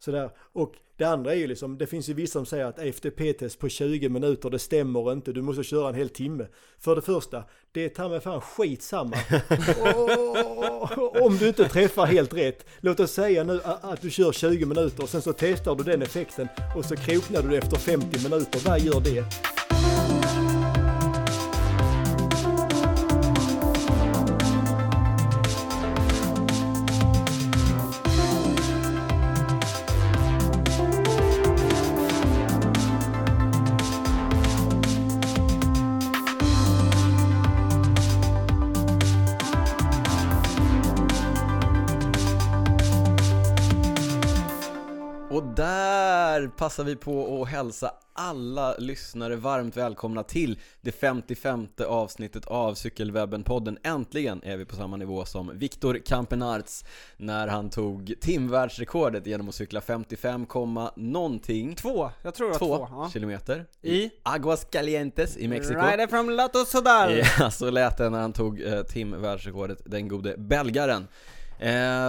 Sådär. Och det andra är ju liksom, det finns ju vissa som säger att FTP-test på 20 minuter, det stämmer inte, du måste köra en hel timme. För det första, det tar mig fan skitsamma. Om du inte träffar helt rätt, låt oss säga nu att du kör 20 minuter och sen så testar du den effekten och så kroknar du efter 50 minuter, vad gör det? Där passar vi på att hälsa alla lyssnare varmt välkomna till det 55:e avsnittet av Cykelwebben-podden. Äntligen är vi på samma nivå som Viktor Campenaerts när han tog timvärldsrekordet genom att cykla 55, någonting. Jag tror det var 2 kilometer i Aguascalientes i Mexiko. Right from Lato Sodal. Ja, så lät det när han tog timvärldsrekordet, den gode belgaren. Det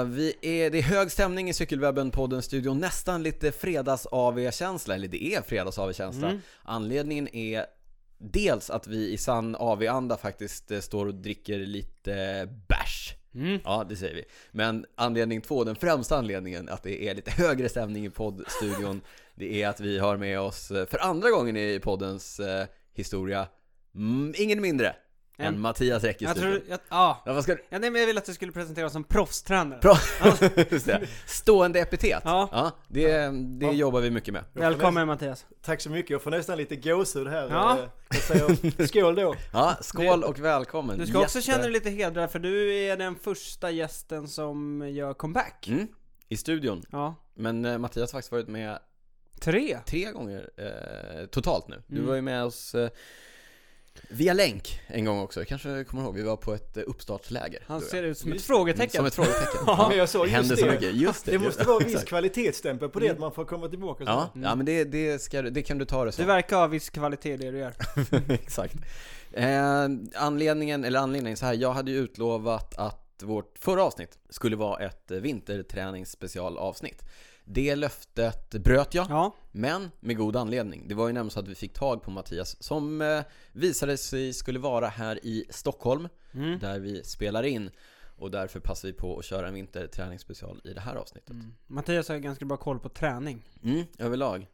är hög stämning i Cykelwebben-podden-studion, nästan lite fredags-AV-känsla, eller det är fredags-AV-känsla. Anledningen är dels att vi i sann AV-anda faktiskt står och dricker lite bärs. Ja, det säger vi. Men anledning 2, den främsta anledningen att det är lite högre stämning i poddstudion, det är att vi har med oss för andra gången i poddens historia ingen mindre än Mattias Räck i studion. Jag vill att du skulle presentera oss som proffstränare. Just det. Stående epitet. Ja. Det jobbar vi mycket med. Välkommen Mattias. Tack så mycket, jag får nästan lite gåshud här. Ja. Jag säger skål då. Ja, skål och välkommen. Du ska också känna dig lite hedrad, för du är den första gästen som gör comeback i studion. Ja. Men Mattias har faktiskt varit med 3 gånger totalt nu. Du var ju med oss via länk en gång också. Jag kanske kommer ihåg, vi var på ett uppstartsläger. Han ser ut som ett frågetecken. Som ett frågetecken. Ja, men jag sa just det. Så mycket. Just det. Det måste vara en viss kvalitetsstämpel på det, att man får komma tillbaka. Ja, men det kan du ta det så. Det verkar ha viss kvalitet det du gör. Exakt. Anledningen så här, jag hade ju utlovat att vårt förra avsnitt skulle vara ett vinterträningsspecialavsnitt. Det löftet bröt jag, men med god anledning. Det var ju nämligen så att vi fick tag på Mattias som visade sig skulle vara här i Stockholm, där vi spelar in. Och därför passar vi på att köra en vinterträningsspecial i det här avsnittet. Mattias har ganska bra koll på träning. Överlag.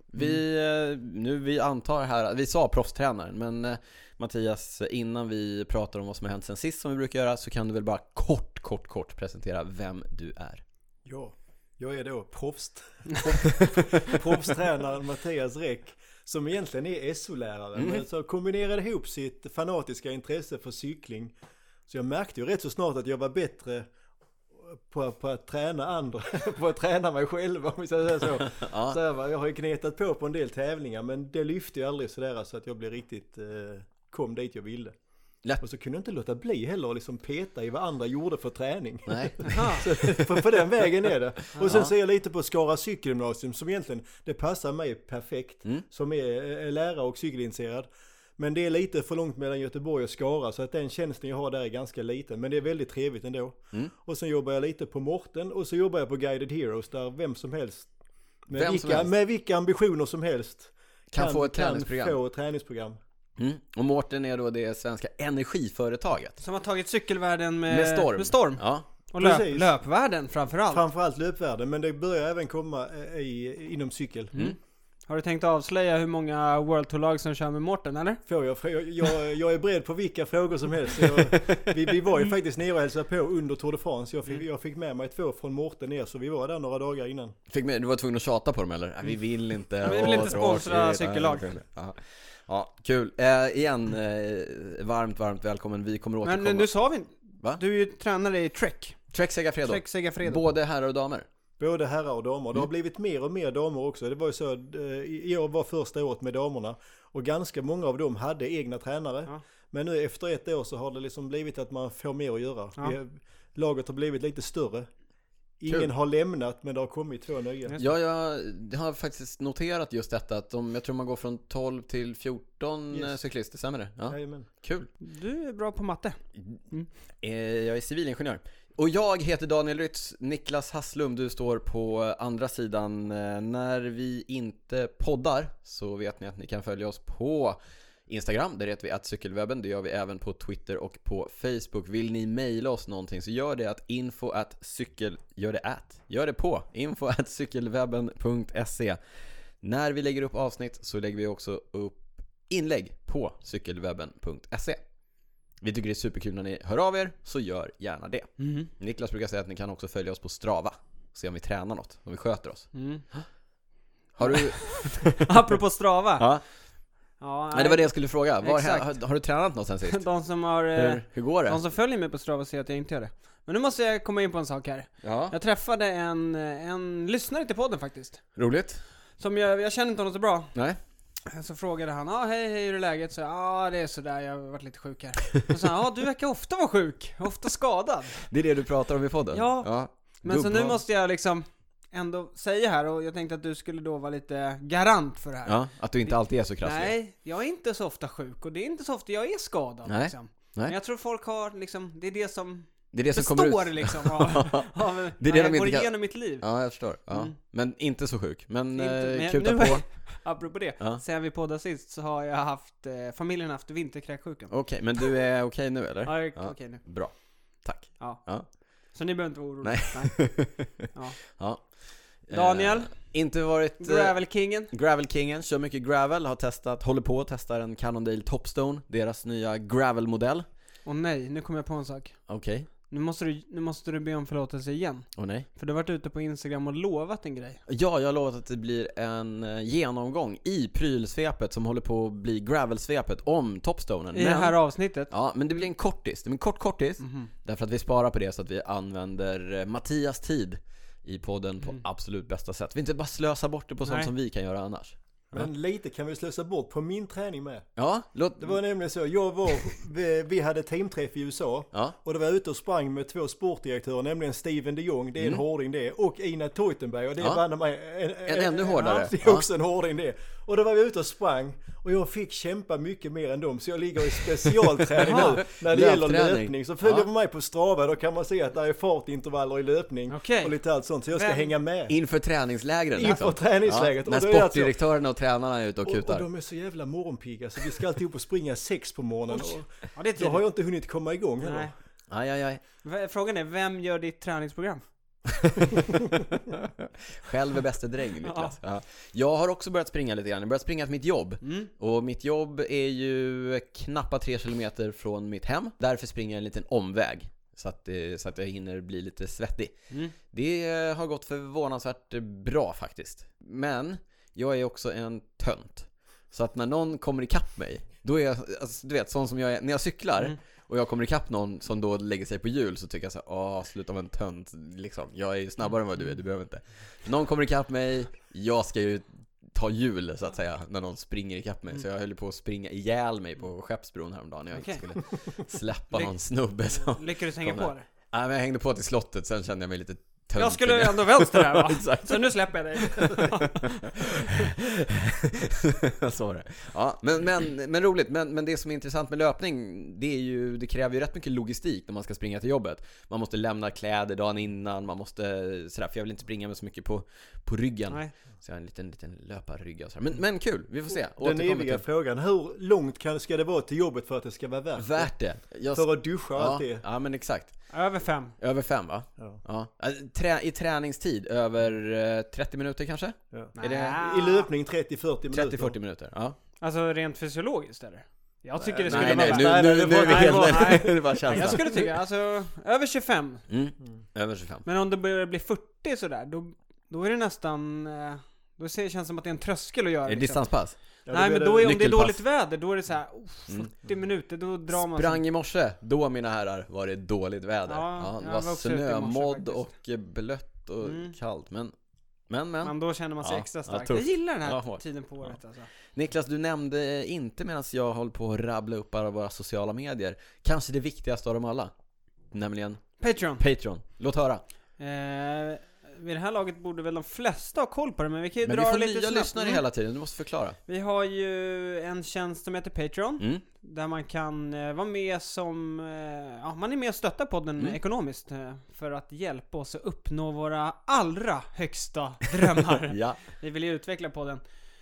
Vi antar här, vi sa proffstränaren, men Mattias, innan vi pratar om vad som har hänt sen sist som vi brukar göra, så kan du väl bara kort presentera vem du är. Ja. Jag är då proffstränaren Mattias Räck, som egentligen är SO-lärare, men så kombinerade ihop sitt fanatiska intresse för cykling. Så jag märkte ju rätt så snart att jag var bättre på att träna andra, på att träna mig själv, om vi säger så. Så jag har ju gnetat på en del tävlingar, men det lyfte ju aldrig sådär så att jag blev riktigt kom dit jag ville. Och så kunde jag inte låta bli heller och liksom peta i vad andra gjorde för träning. Nej. Så på den vägen är det. Och sen ser jag lite på Skara cykelgymnasium, som egentligen, det passar mig perfekt, som är lärare och cykelintresserad. Men det är lite för långt mellan Göteborg och Skara, så att den tjänsten jag har där är ganska liten. Men det är väldigt trevligt ändå. Och sen jobbar jag lite på Morten, och så jobbar jag på Guided Heroes, där vem som helst med vilka ambitioner som helst kan få ett träningsprogram. Och Morten är då det svenska energiföretaget som har tagit cykelvärlden med storm. Ja. Och löpvärlden framförallt. Framförallt löpvärlden, men det börjar även komma inom cykel. Har du tänkt avslöja hur många World Tour-lag som kör med Morten, eller? Jag är beredd på vilka frågor som helst. Vi var ju faktiskt nere och hälsade på under Tour de France. Jag fick med mig 2 från Morten ner, så vi var där några dagar innan. Du var tvungen att tjata på dem, eller? Vi vill inte. Vi vill inte sponsra cykellag. Ja, kul. Igen, varmt välkommen. Vi kommer återkomma. Men nu sa vi, va? Du är ju tränare i Trek Segafredo. Både herrar och damer. Både herrar och damer. Det har blivit mer och mer damer också. Det var ju så, i år var första året med damerna, och ganska många av dem hade egna tränare. Men nu efter 1 år så har det liksom blivit att man får mer att göra. Laget har blivit lite större. Ingen har lämnat, men det har kommit 2 nya. Ja, jag har faktiskt noterat just detta, att jag tror man går från 12 till 14 cyklister, stämmer det? Ja. Jajamän. Kul. Du är bra på matte. Jag är civilingenjör. Och jag heter Daniel Rytz. Niklas Hasslum, du står på andra sidan. När vi inte poddar så vet ni att ni kan följa oss på Instagram, där heter vi @cykelwebben. Det gör vi även på Twitter och på Facebook. Vill ni mejla oss någonting så gör det gör det på info@cykelwebben.se. När vi lägger upp avsnitt så lägger vi också upp inlägg på cykelwebben.se. Vi tycker det är superkul när ni hör av er, så gör gärna det. Niklas brukar säga att ni kan också följa oss på Strava, se om vi tränar något, om vi sköter oss. Har du... Apropå Strava. Ja. Ja, Nej, det var det jag skulle fråga. Exakt. Har du tränat något sen sist? De som har... Hur går det? De som följer mig på Strava säger att jag inte gör det. Men nu måste jag komma in på en sak här. Ja. Jag träffade en lyssnare till podden faktiskt. Roligt? Som jag känner inte honom så bra. Nej. Så frågade han, hej, hur är läget? Så det är sådär, jag har varit lite sjuk här. Och så sa han, du verkar ofta vara sjuk, ofta skadad. Det är det du pratar om i podden? Ja. Men så nu måste jag liksom ändå säga här, och jag tänkte att du skulle då vara lite garant för det här. Ja, att du inte alltid är så krasslig. Nej, jag är inte så ofta sjuk, och det är inte så ofta jag är skadad. Nej. Liksom. Nej. Men jag tror folk har liksom, det är det som kommer består ut. liksom av Det är det jag de går inte kan... igenom mitt liv. Ja, jag förstår. Ja. Men inte så sjuk. Men Men kuta nu på. Apropå det, Ja. sen vi poddade sist så har jag haft, familjen haft vinterkräksjukan. Okej, men du är okej nu eller? Ja, jag är okej nu. Bra. Tack. Ja. Så ni behöver inte vara oroliga. Nej. Ja. Ja. Daniel? Inte varit... Gravel-kingen? Gravel-kingen, kör mycket gravel. Håller på att testa en Cannondale Topstone, deras nya gravel-modell. Åh nej, nu kommer jag på en sak. Okej. Nu måste du be om förlåtelse igen. Åh nej. För du har varit ute på Instagram och lovat en grej. Ja, jag har lovat att det blir en genomgång i prylsvepet som håller på att bli gravelsvepet om Topstonen. I det här avsnittet? Ja, men det blir en kortis. Det blir en kortis. Därför att vi sparar på det så att vi använder Mattias tid i podden på absolut bästa sätt. Vi inte bara slösa bort det på sånt som vi kan göra annars. Men lite kan vi slösa bort på min träning med. Ja, Det var nämligen så, vi hade teamträff i USA. Ja. Och då var jag ute och sprang med 2 sportdirektörer, nämligen Steven de Jong, det är en hårding det, och Ina Teutenberg, och det är banne mig en ännu hårdare. Det är också en hårding det. Och då var vi ute och sprang, och jag fick kämpa mycket mer än dem, så jag ligger i specialträning nu när det gäller löpning. Så följer på mig på Strava, då kan man se att det är fartintervaller i löpning och lite allt sånt, så jag ska hänga med. Inför träningslägren Inför träningsläget. När sportdirektörerna och tränarna är ute och kutar. Och de är så jävla morgonpigga, så vi ska alltid upp och springa 6 på morgonen. Ja, det är då har jag inte hunnit komma igång heller. Nej. Frågan är, vem gör ditt träningsprogram? Själv är bäste dräng, Niklas. Ja. Jag har också börjat springa lite grann. Jag har börjat springa till mitt jobb. Och mitt jobb är ju knappa 3 kilometer från mitt hem. Därför springer jag en liten omväg, så att jag hinner bli lite svettig. Det har gått förvånansvärt bra faktiskt. Men jag är också en tönt. Så att när någon kommer ikapp mig, då är jag, alltså, du vet, sån som jag är när jag cyklar och jag kommer ikapp någon som då lägger sig på hjul, så tycker jag så här, sluta vara en tönt liksom. Jag är snabbare än vad du är, du behöver inte. Någon kommer ikapp mig, jag ska ju ta hjul så att säga när någon springer ikapp mig. Så jag höll på att springa ihjäl mig på Skeppsbron häromdagen när jag inte skulle släppa någon snubbe som... Lyckades hänga på det? Nej, men jag hängde på till slottet, sen kände jag mig lite tönt. Jag skulle ändå vänster här, va? Exakt. Så nu släpper jag dig. Så var det. Ja, men roligt. Men det som är intressant med löpning, det kräver ju rätt mycket logistik när man ska springa till jobbet. Man måste lämna kläder dagen innan, man måste sådär, för jag vill inte springa med så mycket på ryggen. Nej. Så jag har en liten löparrygg och sådär. Men kul, vi får se. Den eviga frågan, hur långt ska det vara till jobbet för att det ska vara värt det? För att duscha och allt det. Ja, men exakt. Över 5. Över 5, va? Ja. I träningstid, över 30 minuter kanske? Ja. Är det... I löpning 30-40 minuter. 30-40 minuter, ja. Alltså rent fysiologiskt eller? Jag tycker det skulle nej, vara... Nu är vi helt... Det var känslan. Jag skulle tycka, alltså, över 25. Över 25. Men om det börjar bli 40 sådär, då är det nästan... Då känns det som att det är en tröskel att göra. Är det distanspass? Ja, nej, men då är, om det är dåligt väder, då är det så här 40 minuter, då drar man... Sprang i morse, då mina herrar var det dåligt väder. Ja, det var snömodd och blött och kallt. Men då känner man sig extra stark. Jag gillar den här tiden på året alltså. Niklas, du nämnde inte, medan jag håller på att rabbla upp alla våra sociala medier, kanske det viktigaste av dem alla, nämligen Patreon. Låt höra. vid det här laget borde väl de flesta ha koll på det, men vi kan ju Men vi dra får lite nya snabbt. lyssnare hela tiden, du måste förklara. Vi har ju en tjänst som heter Patreon, där man kan vara med som, man är med och stötta podden ekonomiskt för att hjälpa oss att uppnå våra allra högsta drömmar. Ja. Vi vill ju utveckla podden.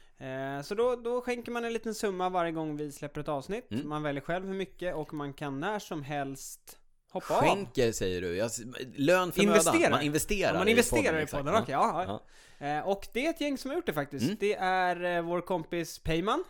Så då skänker man en liten summa varje gång vi släpper ett avsnitt. Man väljer själv hur mycket och man kan när som helst hoppa av. Skänker säger du. Lön för Investerar. mödan. Man investerar, Man investerar i exakt. podden, okej, ja. Och det är ett gäng som har gjort det faktiskt. Det är vår kompis Peyman.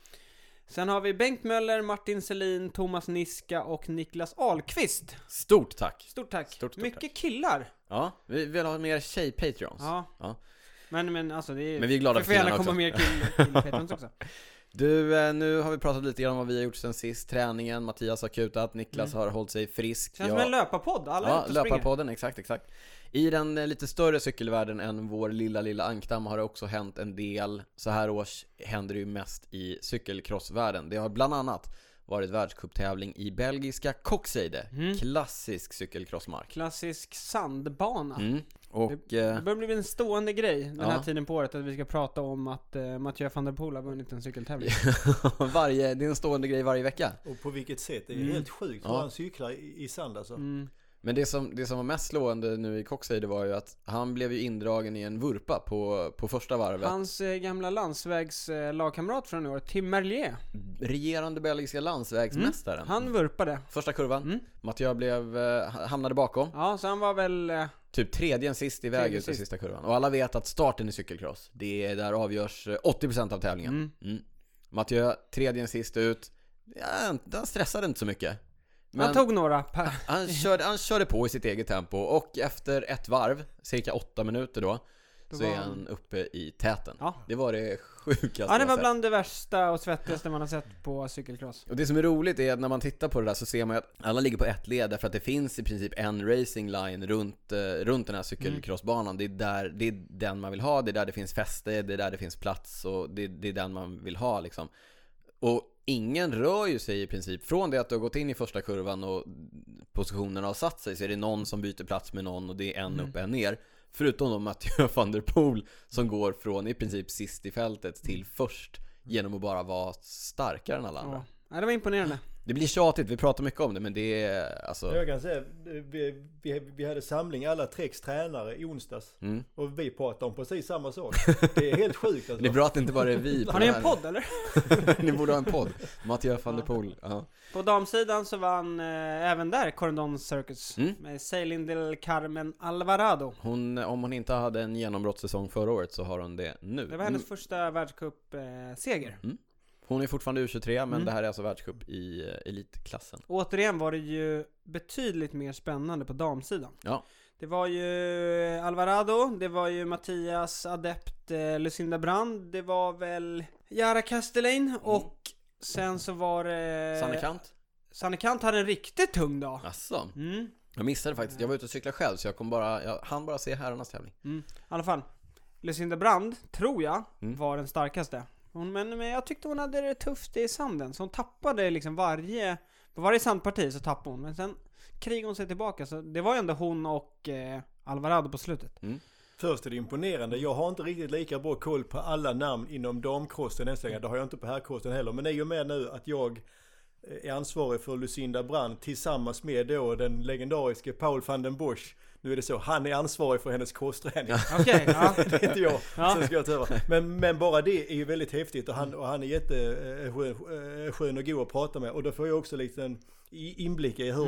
Sen har vi Bengt Möller, Martin Selin, Thomas Niska och Niklas Ahlqvist. Stort tack. Stort tack. Stort Mycket tack. killar. Ja, vi vill ha mer tjej-patrons. Ja. Men alltså det är... Men vi är glada det för får gärna killarna komma mer kill-patrons också. Du, nu har vi pratat lite grann om vad vi har gjort sen sist. Träningen, Mattias har kutat, Niklas har hållit sig frisk. Känns som en löparpodd, alla är ute och springer. löparpodden, exakt. I den lite större cykelvärlden än vår lilla ankdamm har det också hänt en del. Så här års händer det ju mest i cykelcrossvärlden. Det har bland annat varit världscuptävling i belgiska Koksijde. Klassisk cykelcrossmark. Klassisk sandbana. Och Det börjar bli en stående grej den här tiden på året att vi ska prata om att Mathieu van der Poel har vunnit en cykeltävling. det är en stående grej varje vecka. Och på vilket sätt? Det är helt sjukt hur han cyklar i sand alltså. Men det som var mest slående nu i Koksijde var ju att han blev ju indragen i en vurpa på första varvet. Hans gamla landsvägs lagkamrat från i år, Tim Merlier. Regerande belgiska landsvägsmästaren. Han vurpade. Första kurvan. Mathieu hamnade bakom. Ja, så han var väl... Typ tredje sist i väg ut i sista kurvan. Och alla vet att starten i cykelcross, det är där avgörs 80% av tävlingen. Mathieu, tredje sist ut. Ja, han stressade inte så mycket. Men han tog några. Han körde på i sitt eget tempo. Och efter ett varv, cirka 8 minuter då så är han uppe i täten. Det var det sjukaste. Ja, det var bland det värsta och svettigaste man har sett på cykelcross. Och det som är roligt är att när man tittar på det där så ser man att alla ligger på ett led, därför att det finns i princip en racing line runt den här cykelcrossbanan. Det är den man vill ha, det är där det finns fäste, det är där det finns plats och det är den man vill ha liksom. Och ingen rör ju sig i princip. Från det att du har gått in i första kurvan och positionerna har satt sig, så är det någon som byter plats med någon och det är en upp, en ner. Förutom då Mathieu van der Poel som går från i princip sist i fältet till först genom att bara vara starkare än alla andra. Ja, det var imponerande. Det blir tjatigt, vi pratar mycket om det, men det är alltså... Jag kan säga, vi hade samling alla Treks tränare i onsdags. Och vi pratade om precis samma sak. Det är helt sjukt alltså. Det är bra att det inte bara är vi. Har ni en podd eller? Ni borde ha en podd. Mathieu van der Poel. På damsidan så vann även där Corendon Circus med Celine del Carmen Alvarado. Om hon inte hade en genombrottssäsong förra året så har hon det nu. Det var hennes första världscup-seger. Hon är fortfarande U23, men det här är alltså världscup i elitklassen. Återigen var det ju betydligt mer spännande på damsidan. Ja. Det var ju Alvarado, det var ju Mattias adept Lucinda Brand, det var väl Jara Castellin och sen så var det... Sanne Kant hade en riktigt tung dag. Asså. Jag missade faktiskt, jag var ute och cykla själv så jag hann bara se herrarnas tävling. I alla fall, Lucinda Brand tror jag var den starkaste. Men jag tyckte hon hade det tufft i sanden. Så hon tappade liksom på varje sandparti så tappade hon. Men sen krigade hon sig tillbaka. Så det var ju ändå hon och Alvarado på slutet. Först är det imponerande. Jag har inte riktigt lika bra koll på alla namn inom damcrossen nästan. Det har jag inte på herrcrossen heller. Men det är ju med nu att jag är ansvarig för Lucinda Brand tillsammans med då den legendariske Paul van den Bosch. Nu är det så, han är ansvarig för hennes kostträning. Okej, ja. Det är inte jag. Så ska jag ta över. Men bara det är ju väldigt häftigt och han är jätteskön och god att prata med. Och då får jag också lite en inblick i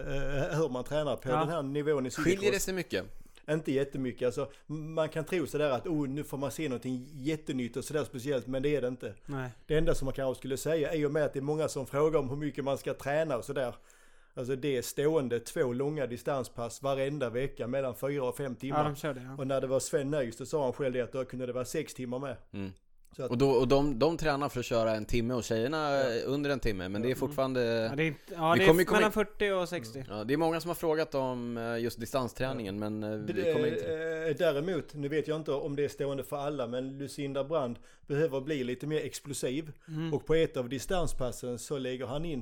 hur man tränar på den här nivån i cykelcross. Skiljer det sig mycket? Inte jättemycket. Alltså, man kan tro sådär att nu får man se någonting jättenytt och sådär speciellt, men det är det inte. Nej. Det enda som man kanske skulle säga är ju med att det är många som frågar om hur mycket man ska träna och sådär. Alltså det är stående 2 långa distanspass varenda vecka mellan 4 och 5 timmar. Ja, de kör det, ja. Och när det var Sven Nöjs så sa han själv det att då kunde det vara 6 timmar med. Så att, och de tränar för att köra en timme och tjejerna under en timme, men det är fortfarande... Ja, det är mellan 40 och 60. Ja, det är många som har frågat om just distansträningen, men vi kommer inte... Däremot, nu vet jag inte om det är stående för alla, men Lucinda Brand behöver bli lite mer explosiv. Och på ett av distanspassen så lägger han in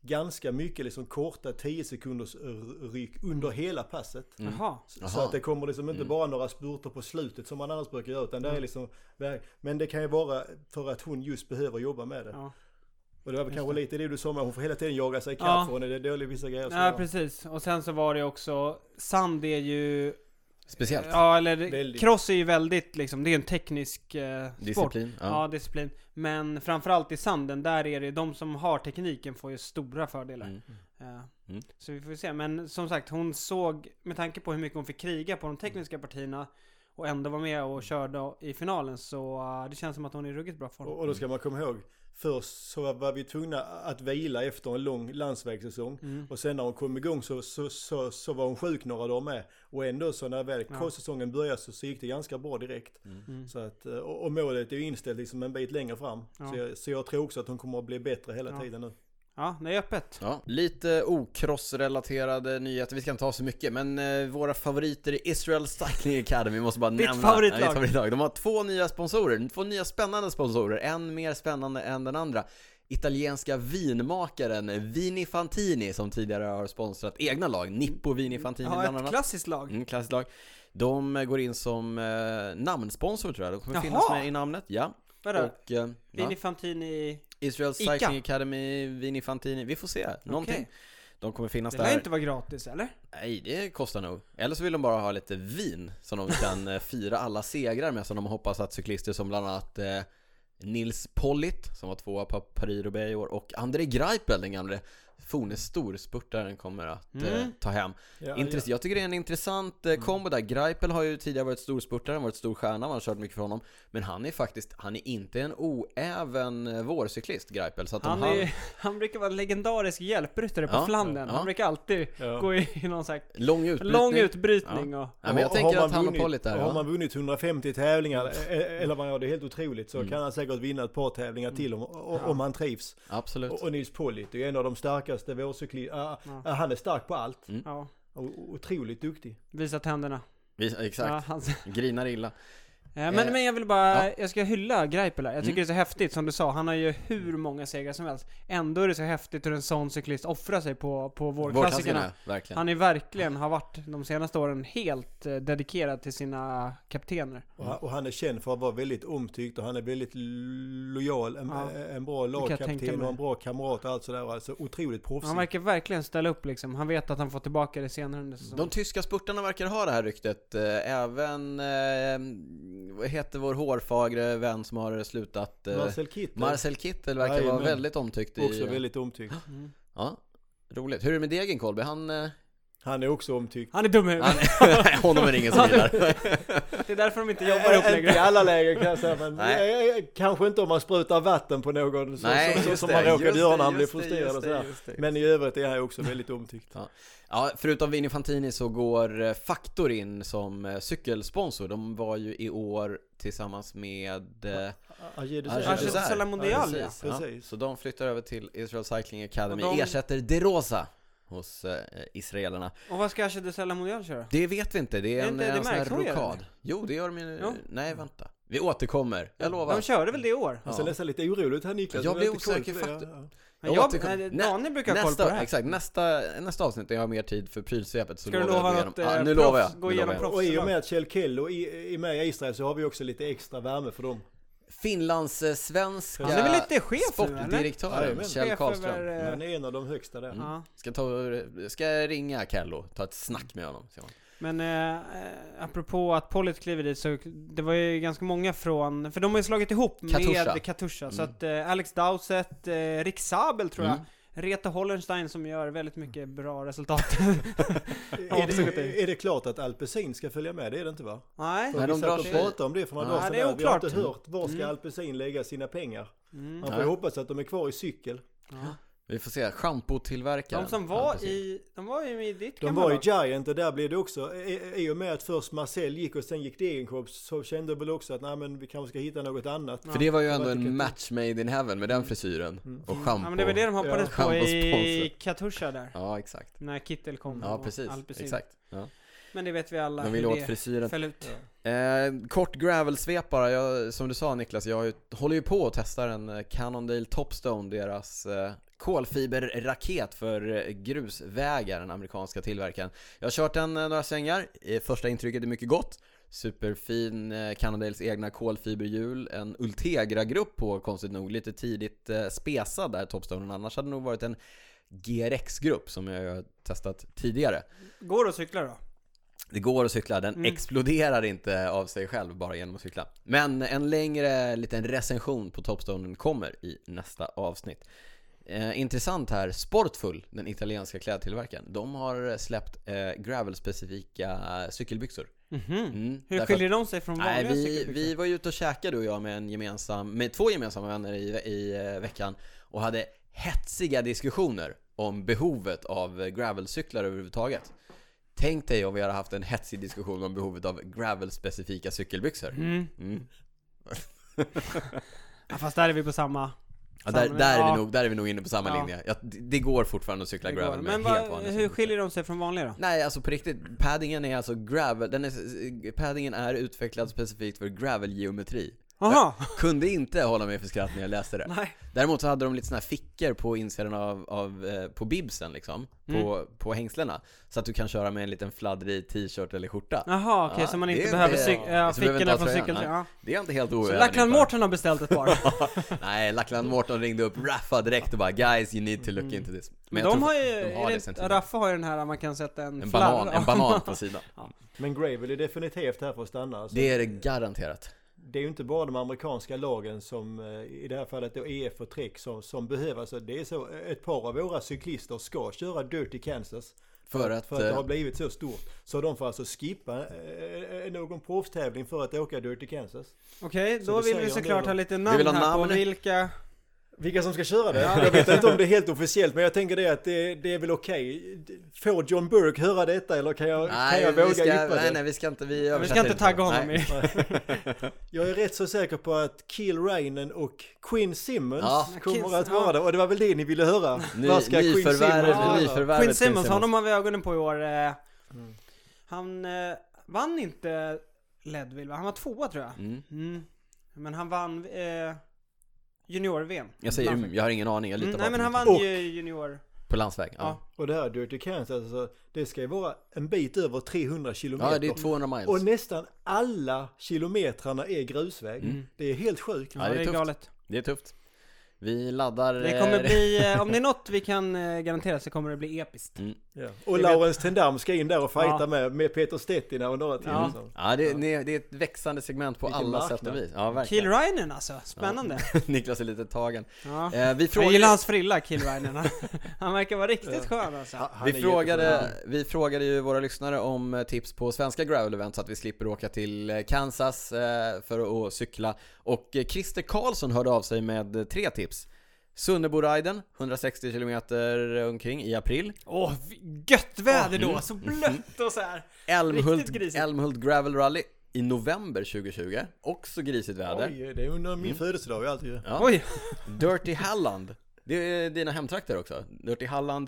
ganska mycket liksom korta 10 sekunders ryck under hela passet. Jaha. Så att det kommer liksom inte bara några spurter på slutet som man annars brukar göra, utan det är liksom, men det kan ju vara för att hon just behöver jobba med det. Ja. Och det var väl kanske lite det du sa, men hon får hela tiden jaga sig ikapp för hon är dålig vissa grejer. Ja, precis. Och sen så var det också, sand är ju speciellt. Ja, eller cross är ju väldigt liksom, det är en teknisk disciplin. sport. Ja, disciplin. Men framförallt i sanden, där är det de som har tekniken får ju stora fördelar. Så vi får se. Men som sagt, hon såg, med tanke på hur mycket hon fick kriga på de tekniska partierna och ändå var med och körde i finalen, så det känns som att hon är ruggigt bra form. Och då ska man komma ihåg, först så var vi tvungna att vila efter en lång landsvägssäsong. Och sen när hon kom igång så var hon sjuk några dagar med. Och ändå så när väl cross-säsongen började så gick det ganska bra direkt. Så att, och målet är ju inställt liksom en bit längre fram. Så jag tror också att hon kommer att bli bättre hela tiden nu. Ja, det är öppet. Ja, lite okrossrelaterade nyheter. Vi ska inte ha så mycket, men våra favoriter i Israel Cycling Academy måste bara nämna. Favoritlag. De har 2 nya sponsorer, 2 nya spännande sponsorer. En mer spännande än den andra. Italienska vinmakaren Vini Fantini, som tidigare har sponsrat egna lag, Nippo Vini Fantini bland annat. Ja, ett klassiskt lag. Klassiskt lag. De går in som namnsponsor, tror jag. De kommer finnas med i namnet. Ja. Och Vini Fantini Israel Cycling Academy, Vini Fantini. Vi får se. Någonting. Okay. De kommer finnas där. Det lär inte vara gratis, eller? Nej, det kostar nog. Eller så vill de bara ha lite vin som de kan fira alla segrar med. Som de hoppas att cyklister som bland annat Nils Pollitt, som var 2 på Paris-Roubaix i år, och André Greipel, den gamle forne storspurtaren, kommer att ta hem. Jag tycker det är en intressant kombo där. Greipel har ju tidigare varit storspurtare, varit stor stjärna, man har kört mycket för honom. Men han är inte en oäven vårcyklist, Greipel. Så att han brukar vara en legendarisk hjälpryttare på Flandern. Han brukar alltid gå i någon slags lång utbrytning. Men jag tänker att han har på lite där. Har man vunnit 150 tävlingar eller vad det är helt otroligt, så kan han säkert vinna ett par tävlingar till om han trivs. Absolut. Och Nils Pollitt är en av de starkaste vårcyklister. Han är stark på allt. Otroligt duktig. Visa tänderna. Exakt. Grinar illa. Men jag vill bara, jag ska hylla Greipel här. Jag tycker det är så häftigt, som du sa. Han har ju hur många segrar som helst. Ändå är det så häftigt hur en sån cyklist offrar sig på vårklassikerna. Han är verkligen, har varit de senaste åren helt dedikerad till sina kaptener. Och han är känd för att vara väldigt omtyckt, och han är väldigt lojal, en bra lagkapten och en bra kamrat och allt sådär. Alltså otroligt proffsig. Han verkar verkligen ställa upp liksom. Han vet att han får tillbaka det senare under säsongen. De tyska spurtarna verkar ha det här ryktet. Även vad heter vår hårfagre vän som har slutat? Marcel Kittel verkar vara väldigt omtyckt. Också väldigt omtyckt. Ja, roligt. Hur är det med Degen, Kolby? Han är också omtyckt. Han är dum i huvudet. Honom är ingen som gillar. Det är därför de inte jobbar ihop längre. I alla lägen kan jag säga, men kanske inte om man sprutar vatten på någon som man råkar göra när han blir frustrerad. Men i övrigt är han också väldigt omtyckt. Ja, förutom Vini Fantini så går Factor in som cykelsponsor. De var ju i år tillsammans med Argenteusa Mondial. Så de flyttar över till Israel Cycling Academy. Ersätter De Rosa hos israelerna. Och vad ska Argenteusa Mondial köra? Det vet vi inte. Det är en sån här rokad. Jo, det gör de ju. Nej, vänta. Vi återkommer. Jag lovar. De körde väl det i år? Alltså nästan lite oroligt här, Niklas. Jag blir osäker faktiskt. Daniel brukar ha koll på det här. Exakt, nästa avsnitt när jag har mer tid för prylsvepet så ska du lova att nu lovar jag. Gå igenom proffs. Och i och med att Kjell Kello är med i Israel så har vi också lite extra värme för dem. Finlands svenska han är väl lite chef sportdirektören Kjell Karlström. Han är en av de högsta där. Ska jag ringa Kello, ta ett snack med honom. Men apropå att Pollitt kliver dit, så det var ju ganska många för de har ju slagit ihop med Katusha. Så att Alex Dowsett, Rick Sabel tror jag, Reta Hollenstein som gör väldigt mycket bra resultat. Är det klart att Alpecin ska följa med? Det är det inte, va? Nej. Vi satt och pratade om det för några dagar sedan. Vi har inte hört var ska Alpecin lägga sina pengar. Man får hoppas att de är kvar i cykel. Vi får se, shampoo-tillverkaren. De som var i ditt de var i Giant, och där blev det också, i och med att först Marcel gick och sen gick Degenkolb, så kände väl också att men vi kanske ska hitta något annat. För det var ju ändå en match made in heaven med den frisyren. Och shampoo. Ja, men det var det de hoppades på i Katusha där. Ja, exakt. När Kittel kom. Ja, precis. Exakt. Ja. Men det vet vi alla. De vill åt frisyren. Kort gravel-svep bara. Som du sa, Niklas, jag håller ju på att testa en Cannondale Topstone, deras kolfiberraket för grusvägar, den amerikanska tillverkaren. Jag har kört den några svängar. Första intrycket är mycket gott. Superfin Cannondales egna kolfiberhjul. En Ultegra-grupp på, konstigt nog. Lite tidigt spesad där Topstonen. Annars hade det nog varit en GRX-grupp som jag har testat tidigare. Går det att cykla då? Det går att cykla, den exploderar inte av sig själv bara genom att cykla. Men en längre liten recension på Topstonen kommer i nästa avsnitt. Intressant här, Sportfull, den italienska klädtillverkaren, de har släppt gravel-specifika cykelbyxor. Hur skiljer de sig från vanliga cykelbyxor? Vi var ju ute och käkade, du och jag, med två gemensamma vänner i veckan och hade hetsiga diskussioner om behovet av gravelcyklar överhuvudtaget. Tänk dig om vi hade haft en hetsig diskussion om behovet av gravel-specifika cykelbyxor. Ja, fast där är vi på samma... Ja, där är vi nog inne på samma linje. Det går fortfarande att cykla gravel med. Men hur skiljer de sig från vanliga då? Nej, alltså på riktigt, paddingen är alltså gravel. Paddingen är utvecklad specifikt för gravelgeometri. Jag kunde inte hålla mig för skratt när jag läste det. Nej. Däremot så hade de lite såna här fickor på insidan på bibsen liksom, på hängslena, så att du kan köra med en liten fladdrig t-shirt eller skjorta. Jaha, okej, så man inte behöver fickorna från cykeln. Ja. Det är inte helt oöverligt. Så Lachlan Morton har beställt ett par. Nej, Lachlan Morton ringde upp Raffa direkt och bara, guys, you need to look into this. Men Raffa har ju den här, man kan sätta en banan på sidan. Men gravel är definitivt här för att stanna. Alltså. Det är det garanterat. Det är ju inte bara de amerikanska lagen som i det här fallet då EF och Trek som behöver. Alltså det är så, ett par av våra cyklister ska köra Dirty Kansas för att det har blivit så stort. Så de får alltså skippa någon proffstävling för att åka Dirty Kansas. Okej, då vill vi såklart ha lite namn här på vilka som ska köra det. Jag vet inte om det är helt officiellt, men jag tänker det att det är väl okej. Får John Burke höra detta eller kan jag våga yppa det? Nej, vi ska inte tagga honom i. Jag är rätt så säker på att Kiel Reinen och Quinn Simmons kommer att vara det. Och det var väl det ni ville höra. Vad ska Quinn Simmons Quinn Simmons, honom har vi ögonen på i år. Han vann inte Leadville, han var 2 tror jag. Men han vann junior-VM. Jag har ingen aning, jag litar på. Nej, men han vann ju junior på landsväg. Ja. Och det här Dirty Kansas, alltså, det ska ju vara en bit över 300 kilometer. Ja, det är 200 miles. Och nästan alla kilometrarna är grusväg. Det är helt sjukt. Ja, det är galet. Det är tufft. Vi laddar... Det kommer bli, om det är något vi kan garantera så kommer det bli episkt. Ja. Och Laurens Tendam ska in där och fighta med Peter Stettina och några till. Ja, det är ett växande segment på alla sätt och vis. Ja, verkligen. Kiel Reinen alltså, spännande. Niklas är lite tagen. Jag gillar hans frilla, Kiel Reinen. Han verkar vara riktigt skön alltså. Vi frågade ju våra lyssnare om tips på svenska gravel-event så att vi slipper åka till Kansas för att cykla. Och Christer Karlsson hörde av sig med 3 tips. Sunneboriden 160 kilometer omkring i april. Gött väder då, så blött och så här. Älmhult Gravel Rally i november 2020. Också grisigt väder. Oj, det är under min födelsedag alltid. Ja. Oj. Dirty Halland. Det är dina hemtrakter också. Dirty Halland.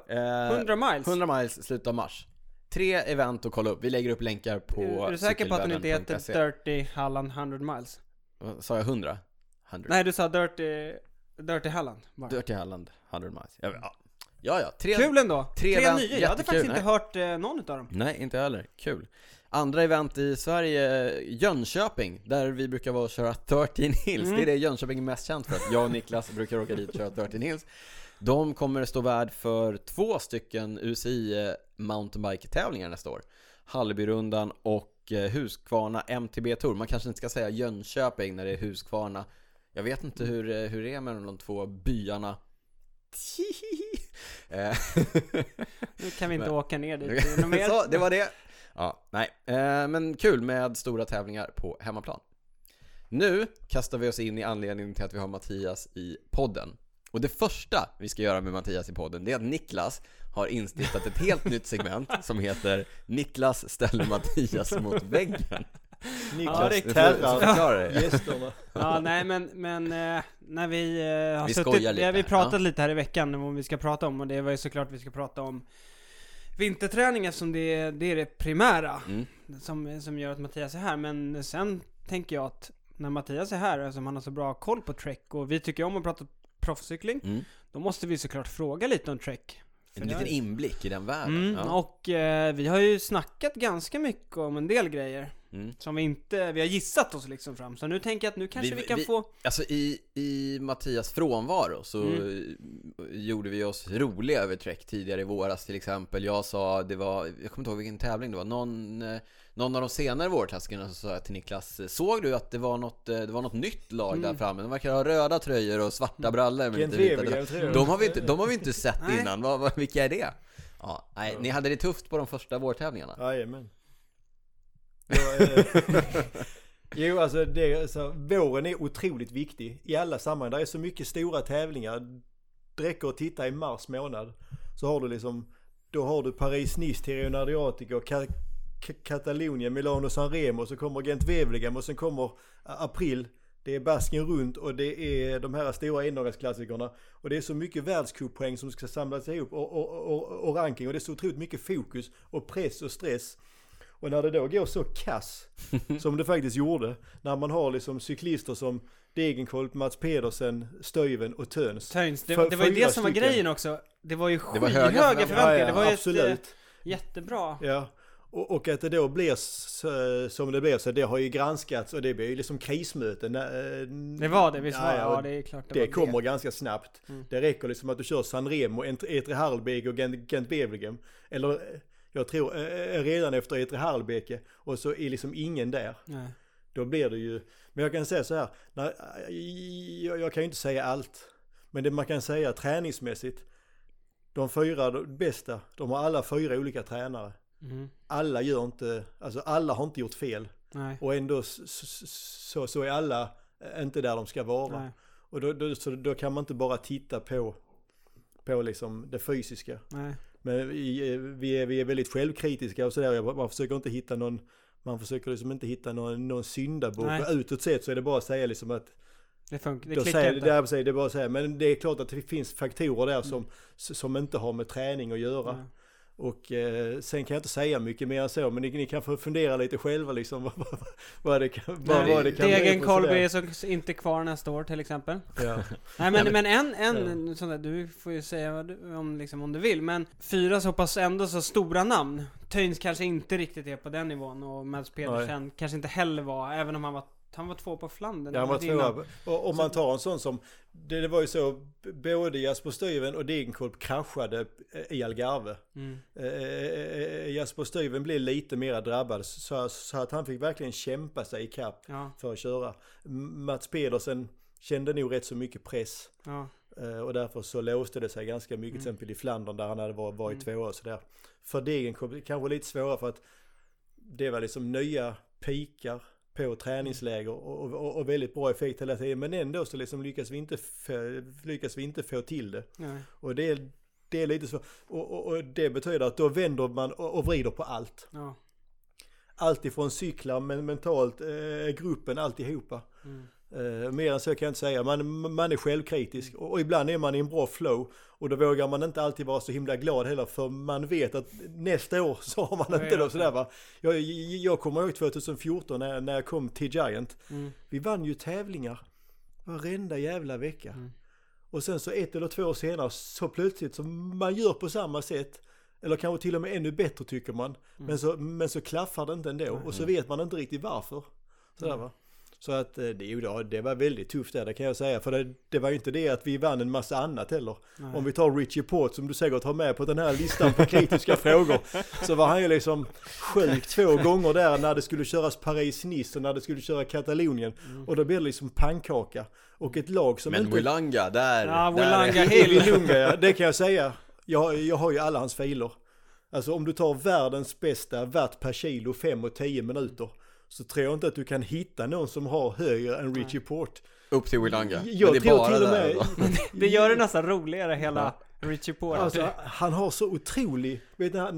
100 miles slutet av mars. 3 event att kolla upp. Vi lägger upp länkar på Är du säker på att den inte heter Dirty Halland 100 miles? Sa jag 100? Nej, du sa Dirty Halland bara. Dirty Halland 100 miles. Ja. Kul ändå. 3 nya. Jag hade faktiskt inte hört någon av dem. Nej, inte heller. Kul. Andra event i Sverige, Jönköping, där vi brukar vara och köra 13 Hills. Det är det Jönköping är mest känt för. Jag och Niklas brukar åka dit och köra 13 Hills. De kommer stå värd för 2 stycken UCI mountainbike-tävlingar nästa år. Hallbyrundan och Husqvarna MTB Tour. Man kanske inte ska säga Jönköping när det är Husqvarna. Jag vet inte hur det är med de 2 byarna. Nu kan vi inte åka ner dit. Så, det var det. Ja, nej. Men kul med stora tävlingar på hemmaplan. Nu kastar vi oss in i anledningen till att vi har Mattias i podden. Och det första vi ska göra med Mattias i podden, det är att Niklas har instiftat ett helt nytt segment som heter Niklas ställer Mattias mot väggen. Niklas terrar gästerna. Ja, nej men när vi har suttit, vi pratat lite här i veckan om vad vi ska prata om, och det var ju såklart vi ska prata om vinterträning eftersom det är det primära som gör att Mattias är här. Men sen tänker jag att när Mattias är här, alltså han har så bra koll på Trek och vi tycker om att proffscykling. Då måste vi såklart fråga lite om Trek. En liten inblick i den världen. Och vi har ju snackat ganska mycket om en del grejer som vi har gissat oss liksom fram. Så nu tänker jag att nu kanske vi kan få... Alltså i Mattias frånvaro så gjorde vi oss roliga över Trek tidigare i våras till exempel. Jag kommer inte ihåg vilken tävling det var. Någon av de senare vårtaskerna så sa jag till Niklas, såg du att det var något nytt lag där framme? De verkar ha röda tröjor och svarta brallor med lite de har vi inte sett innan. Vilka är det? Ja, nej, ni hade det tufft på de första vårtävlingarna. Jajamän. Jo, alltså våren är otroligt viktig i alla sammanhang. Det är så mycket stora tävlingar. Det räcker att titta i mars månad. Så har du liksom, då har du Paris-Nice, Tirreno Adriatico, Katalonien, Milano, Sanremo, så kommer Gent-Wevelgem och sen kommer april. Det är Basken runt och det är de här stora endagsklassikerna. Och det är så mycket världscuppoäng som ska samlas ihop och ranking. Och det är så otroligt mycket fokus och press och stress. Och när det då går så kass som det faktiskt gjorde, när man har liksom cyklister som Degenkolb, Mats Pedersen, Stuyven och Töns. Det var ju det som var grejen också. Det var ju höga förväntningar. Ja, det var ju absolut. Jättebra. Ja. Och att det då blir som det blev, så det har ju granskats och det blir ju liksom krismöten. Det var det, visst var det. Ja, det är klart det kommer ganska snabbt. Det räcker liksom att du kör Sanremo, Etri Harlbeke och Gent-Wevelgem. Eller jag tror redan efter Etri Harlbeke och så är liksom ingen där. Nej. Då blir det ju, men jag kan säga så här, jag kan ju inte säga allt, men det man kan säga träningsmässigt, de 4 bästa, de har alla 4 olika tränare. Alla gör inte, alltså alla har inte gjort fel. Nej. Och ändå så är alla inte där de ska vara. Nej. Och då kan man inte bara titta på liksom det fysiska. Nej. Men vi är väldigt självkritiska och sådär. Man försöker inte hitta man försöker liksom inte hitta någon syndabok. Utåt sett så är det bara att säga liksom att det klickar inte. Det är bara att säga, men det är klart att det finns faktorer där som inte har med träning att göra. Nej. Och sen kan jag inte säga mycket mer än så, men ni kan få fundera lite själva liksom vad det kan bli. Degenkolb är så inte kvar nästa år till exempel. Ja. Nej men en sån där, du får ju säga om du vill, men 4 så pass ändå så stora namn. Töns kanske inte riktigt är på den nivån och Mats Pedersen kanske inte heller var, även om han var 2 på Flandern. Ja, han var 2. Och om man tar en sån som det var ju så, både Jasper Stuyven och Degenkolb kraschade i Algarve. Jasper Stuyven blev lite mer drabbad så att han fick verkligen kämpa sig i kapp för att köra. Mats Pedersen kände nog rätt så mycket press. Och därför så låste det sig ganska mycket, till exempel i Flandern där han hade varit 2 år sådär. För Degenkolb kanske lite svårare för att det var liksom nya pikar på träningsläger och väldigt bra effekt hela tiden, men ändå så liksom lyckas vi inte få till det. Nej. Och det är lite så, och det betyder att då vänder man och vrider på allt. Ja. Allt ifrån cyklar, men mentalt, gruppen, alltihopa. Mer än så kan jag inte säga. Man är självkritisk och ibland är man i en bra flow och då vågar man inte alltid vara så himla glad heller, för man vet att nästa år så har man inte det sådär va. Jag kommer ihåg 2014 när jag kom till Giant. Vi vann ju tävlingar varenda jävla vecka. Och sen så 1 eller 2 år senare så plötsligt så man gör på samma sätt, eller kanske till och med ännu bättre tycker man. Men så klaffar det inte ändå och så vet man inte riktigt varför. Sådär va. Så att det var väldigt tufft där, det kan jag säga. För det var ju inte det att vi vann en massa annat heller. Nej. Om vi tar Richie Port som du säkert har med på den här listan på kritiska frågor, så var han ju liksom sjuk 2 gånger där när det skulle köras Paris-Nice och när det skulle köra Katalonien. Och då blev det liksom pannkaka. Och ett lag som men Willanga där. Ja, Willanga, det kan jag säga. Jag har ju alla hans filer. Alltså om du tar världens bästa watt per kilo 5 och 10 minuter, så tror jag inte att du kan hitta någon som har högre än Richie Port. Upp till Willanga. Jag tror till och med det gör det nästan roligare hela Richie Port. Alltså, han har så otrolig, vet du,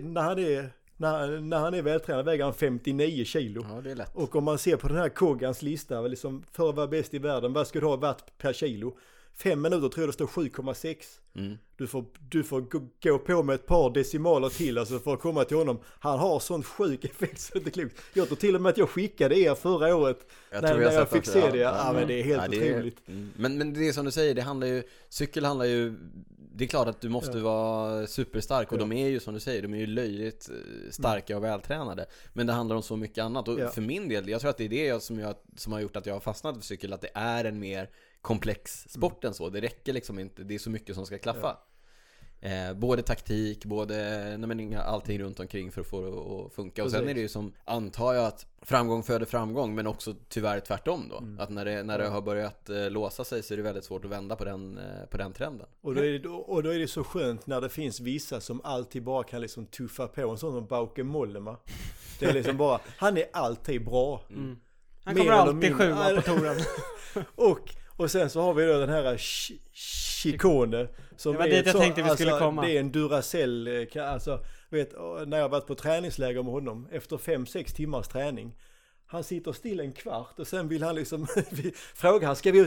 när han är vältränad väger han 59 kilo. Ja, det är lätt. Och om man ser på den här Kogans lista liksom, för att vara bäst i världen, vad ska du ha watt per kilo? 5 minuter tror jag det står 7,6. Du får gå på med ett par decimaler till alltså för att komma till honom. Han har sån sjuk effekt så det är klokt. Jag tror till och med att jag skickade er förra året när jag fick se det. Ja, men det är helt otroligt. Men det är som du säger, cykel handlar ju, det är klart att du måste vara superstark och de är ju som du säger, de är ju löjligt starka och vältränade. Men det handlar om så mycket annat och för min del, jag tror att det är det som har gjort att jag har fastnat för cykel, att det är en mer komplex sport än så. Det räcker liksom inte, det är så mycket som ska klaffa. Både taktik, allting runt omkring för att få det att funka. Och sen är det ju som, antar jag att framgång föder framgång, men också tyvärr tvärtom då. Att när det har börjat låsa sig så är det väldigt svårt att vända på den trenden. Och då är det så skönt när det finns vissa som alltid bara kan liksom tuffa på, en sån som Bauke Mollema. Det är liksom bara, han är alltid bra. Han kommer alltid sjua på touren. Och sen så har vi då den här Chicone som det var dit jag tänkte vi skulle komma. Det är en Duracell, alltså vet, när jag har varit på träningsläger med honom efter 5-6 timmars träning, han sitter still en kvart och sen vill han liksom fråga han, ska vi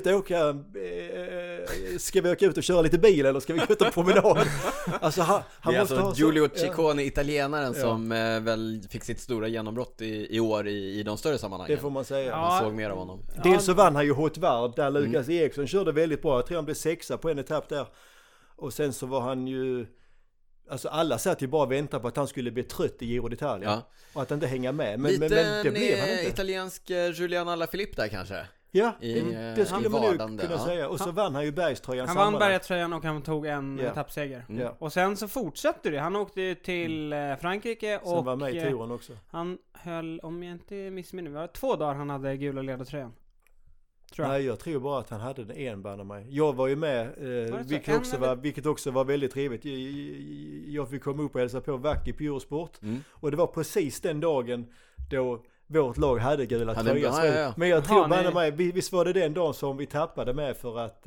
åka ut och köra lite bil eller ska vi gå ut och promenad? Alltså han det är måste alltså ha Giulio Ciccone, italienaren som väl fick sitt stora genombrott i år i de större sammanhangen. Det får man säga. Man såg mer av honom. Dels så vann han ju Hot Vard där Lukas Eriksson körde väldigt bra. Jag tror han blev 6:a på en etapp där. Och sen så var han ju, alltså alla satt ju bara och väntade på att han skulle bli trött i Giro d'Italia och att han inte hänga med. Men det blev han inte. Italiensk Julian Alaphilippe där kanske. Ja, det skulle man nog kunna säga. Och så vann han ju bergströjan. Han vann bergströjan och han tog en etappseger. Och sen så fortsatte det. Han åkte till Frankrike och sen var med i turen också. Han höll, om jag inte missminner mig, 2 dagar han hade gula ledartröjan. Nej, jag tror bara att han hade den enband mig. Jag var ju med, vilket också var väldigt trevligt. Jag fick komma upp och hälsa på Vacki på Eurosport. Och det var precis den dagen då vårt lag hade gula tröjor. Men jag tror bara mig, visst var det den dagen som vi tappade med för att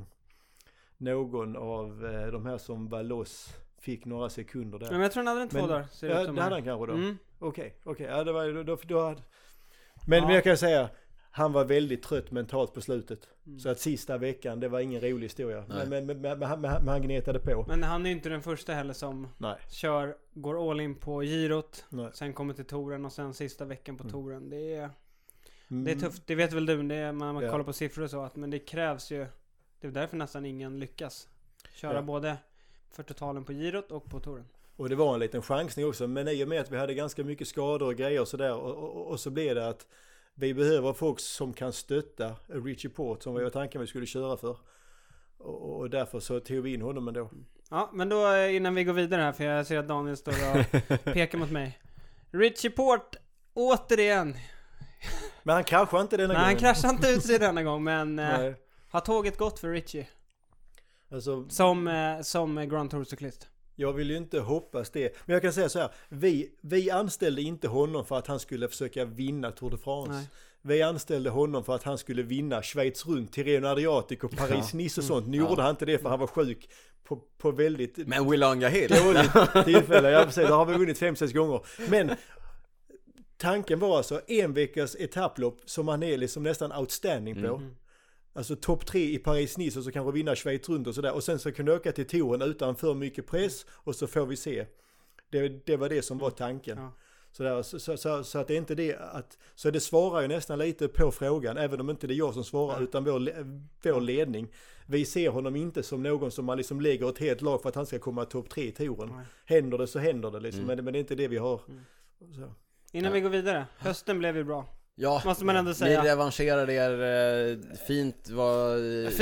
någon av de här som var loss fick några sekunder där. Men jag tror han hade den 2 dagar. Ja, det hade han kanske då. Okej. Ja, det var då. Men jag kan säga, han var väldigt trött mentalt på slutet. Så att sista veckan, det var ingen rolig historia. Men han gnetade på. Men han är ju inte den första heller som går all in på girot. Sen kommer till touren och sen sista veckan på touren. Det är tufft. Det vet väl du, man kollar på siffror och så. Men det krävs ju, det är därför nästan ingen lyckas köra både för totalen på girot och på touren. Och det var en liten chansning också. Men i och med att vi hade ganska mycket skador och grejer och sådär. Och så blev det att vi behöver folk som kan stötta Richie Porte som var tanken vi skulle köra för. Och därför så tog vi in honom ändå. Ja, men då innan vi går vidare här, för jag ser att Daniel står och pekar mot mig. Richie Porte, återigen. Men han kraschade inte denna gång. Nej, han kraschade inte ut sig denna gång, men har tåget gått för Richie? Alltså, som Grand Tour-cyklist. Jag vill ju inte hoppas det. Men jag kan säga så här. Vi anställde inte honom för att han skulle försöka vinna Tour de France. Nej. Vi anställde honom för att han skulle vinna Schweiz runt, Tirreno Adriatic och Paris-Nice och sånt. Nu gjorde han inte det för han var sjuk på väldigt... Men Willanga Hill. Tillfälle. Jag säger, då har vi vunnit 5-6 gånger. Men tanken var alltså en veckas etapplopp som han är liksom nästan outstanding på. Alltså topp 3 i Paris-Nice och så kanske vinna Schweiz runt och sådär. Och sen så kunna öka till touren utan för mycket press och så får vi se. Det var det som var tanken. Ja. Så att det är inte det att... Så det svarar ju nästan lite på frågan, även om inte det är jag som svarar utan vår ledning. Vi ser honom inte som någon som man liksom lägger ett helt lag för att han ska komma topp 3 i touren. Nej. Händer det så händer det liksom, men det är inte det vi har. Så. Innan vi går vidare, hösten blev ju bra. Ja, måste man ändå säga. Ni revancherade er, fint var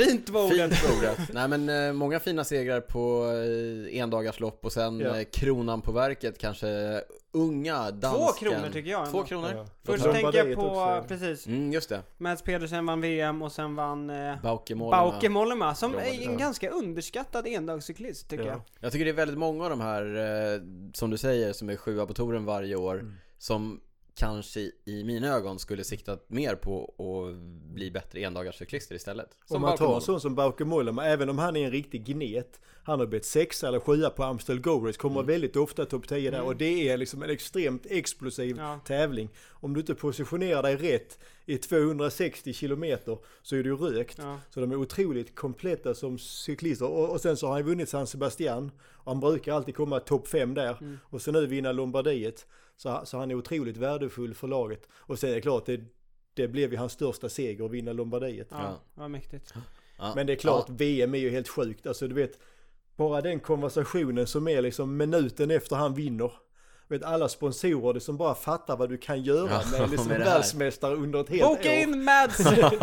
ordet. Nej men många fina segrar på endagarslopp och sen kronan på verket kanske unga dansken. 2 kronor tycker jag. 2 kronor. Ja. Först tänker jag på, precis. Just det. Mads Pedersen vann VM och sen vann Bauke Mollema som är en ganska underskattad endagscyklist tycker jag. Jag tycker det är väldigt många av de här, som du säger, som är 7 på touren varje år, som kanske i mina ögon skulle siktat mer på att bli bättre endagarscyklister istället. Om man tar en sån som Bauke Mollema, även om han är en riktig gnet, han har blivit 6 eller 7 på Amstel Gold Race, kommer väldigt ofta topp 10 där, och det är liksom en extremt explosiv tävling. Om du inte positionerar dig rätt i 260 kilometer så är du rökt. Så de är otroligt kompletta som cyklister, och sen så har han vunnit San Sebastian, och han brukar alltid komma topp 5 där, och så nu vinna Lombardiet, så han är otroligt värdefull för laget. Och sen är det klart, det blev ju hans största seger att vinna Lombardiet. Ja, vad mäktigt. Men det är klart, VM är ju helt sjukt. Alltså du vet, bara den konversationen som är liksom minuten efter han vinner. Vet, alla sponsorer det som bara fattar vad du kan göra med liksom världsmästare under ett helt år. Boka in Mads!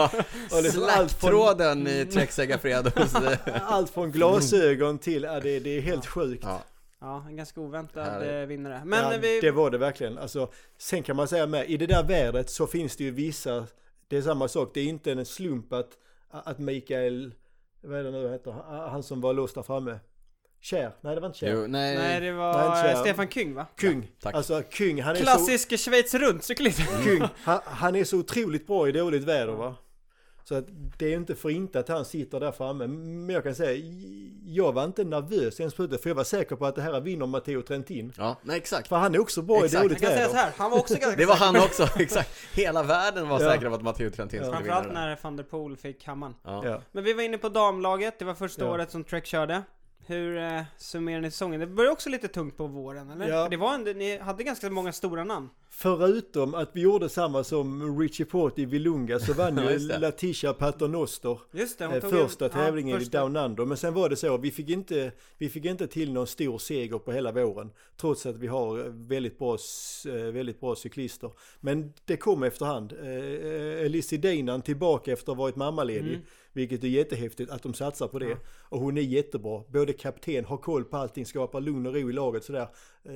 Släkttråden i Trek-Segafredos. Allt från glasögon till, det är helt sjukt. Ja, en ganska oväntad vinnare. Men det var det verkligen. Alltså, sen kan man säga med, i det där vädret så finns det ju vissa, det är samma sak, det är inte en slump att Mikael, vad är det nu heter, han som var låst där framme. Nej, det var inte Kjär. Jo, nej, det var Stefan Küng, va? Küng. Alltså Küng, han är klassisk Schweiz runt cyklist. Küng, han är så otroligt bra i dåligt väder, va? Så att det är inte för inte att han sitter där framme. Men jag kan säga, jag var inte nervös ens på det, för jag var säker på att det här vinner Matteo Trentin. Ja, nej, exakt. För han är också bra i dåligt väder. Jag kan säga så här, han var också ganska det var han också, exakt. Hela världen var säker på att Matteo Trentin skulle vinna. Framförallt när Van der Poel fick hammaren. Ja. Men vi var inne på damlaget, det var första året som Trek körde. Hur summerar ni säsongen? Det började också lite tungt på våren, eller? Ja. Det var ni hade ganska många stora namn. Förutom att vi gjorde samma som Richie Porte i Vilunga, så vann ju Letitia Paternoster första tävlingen i Down Under. Men sen var det så, vi fick inte till någon stor seger på hela våren, trots att vi har väldigt bra cyklister. Men det kom efterhand. Elise Dinan tillbaka efter att ha varit mammaledig. Vilket är jättehäftigt att de satsar på det. Och hon är jättebra. Både kapten, har koll på allting, skapar lugn och ro i laget sådär.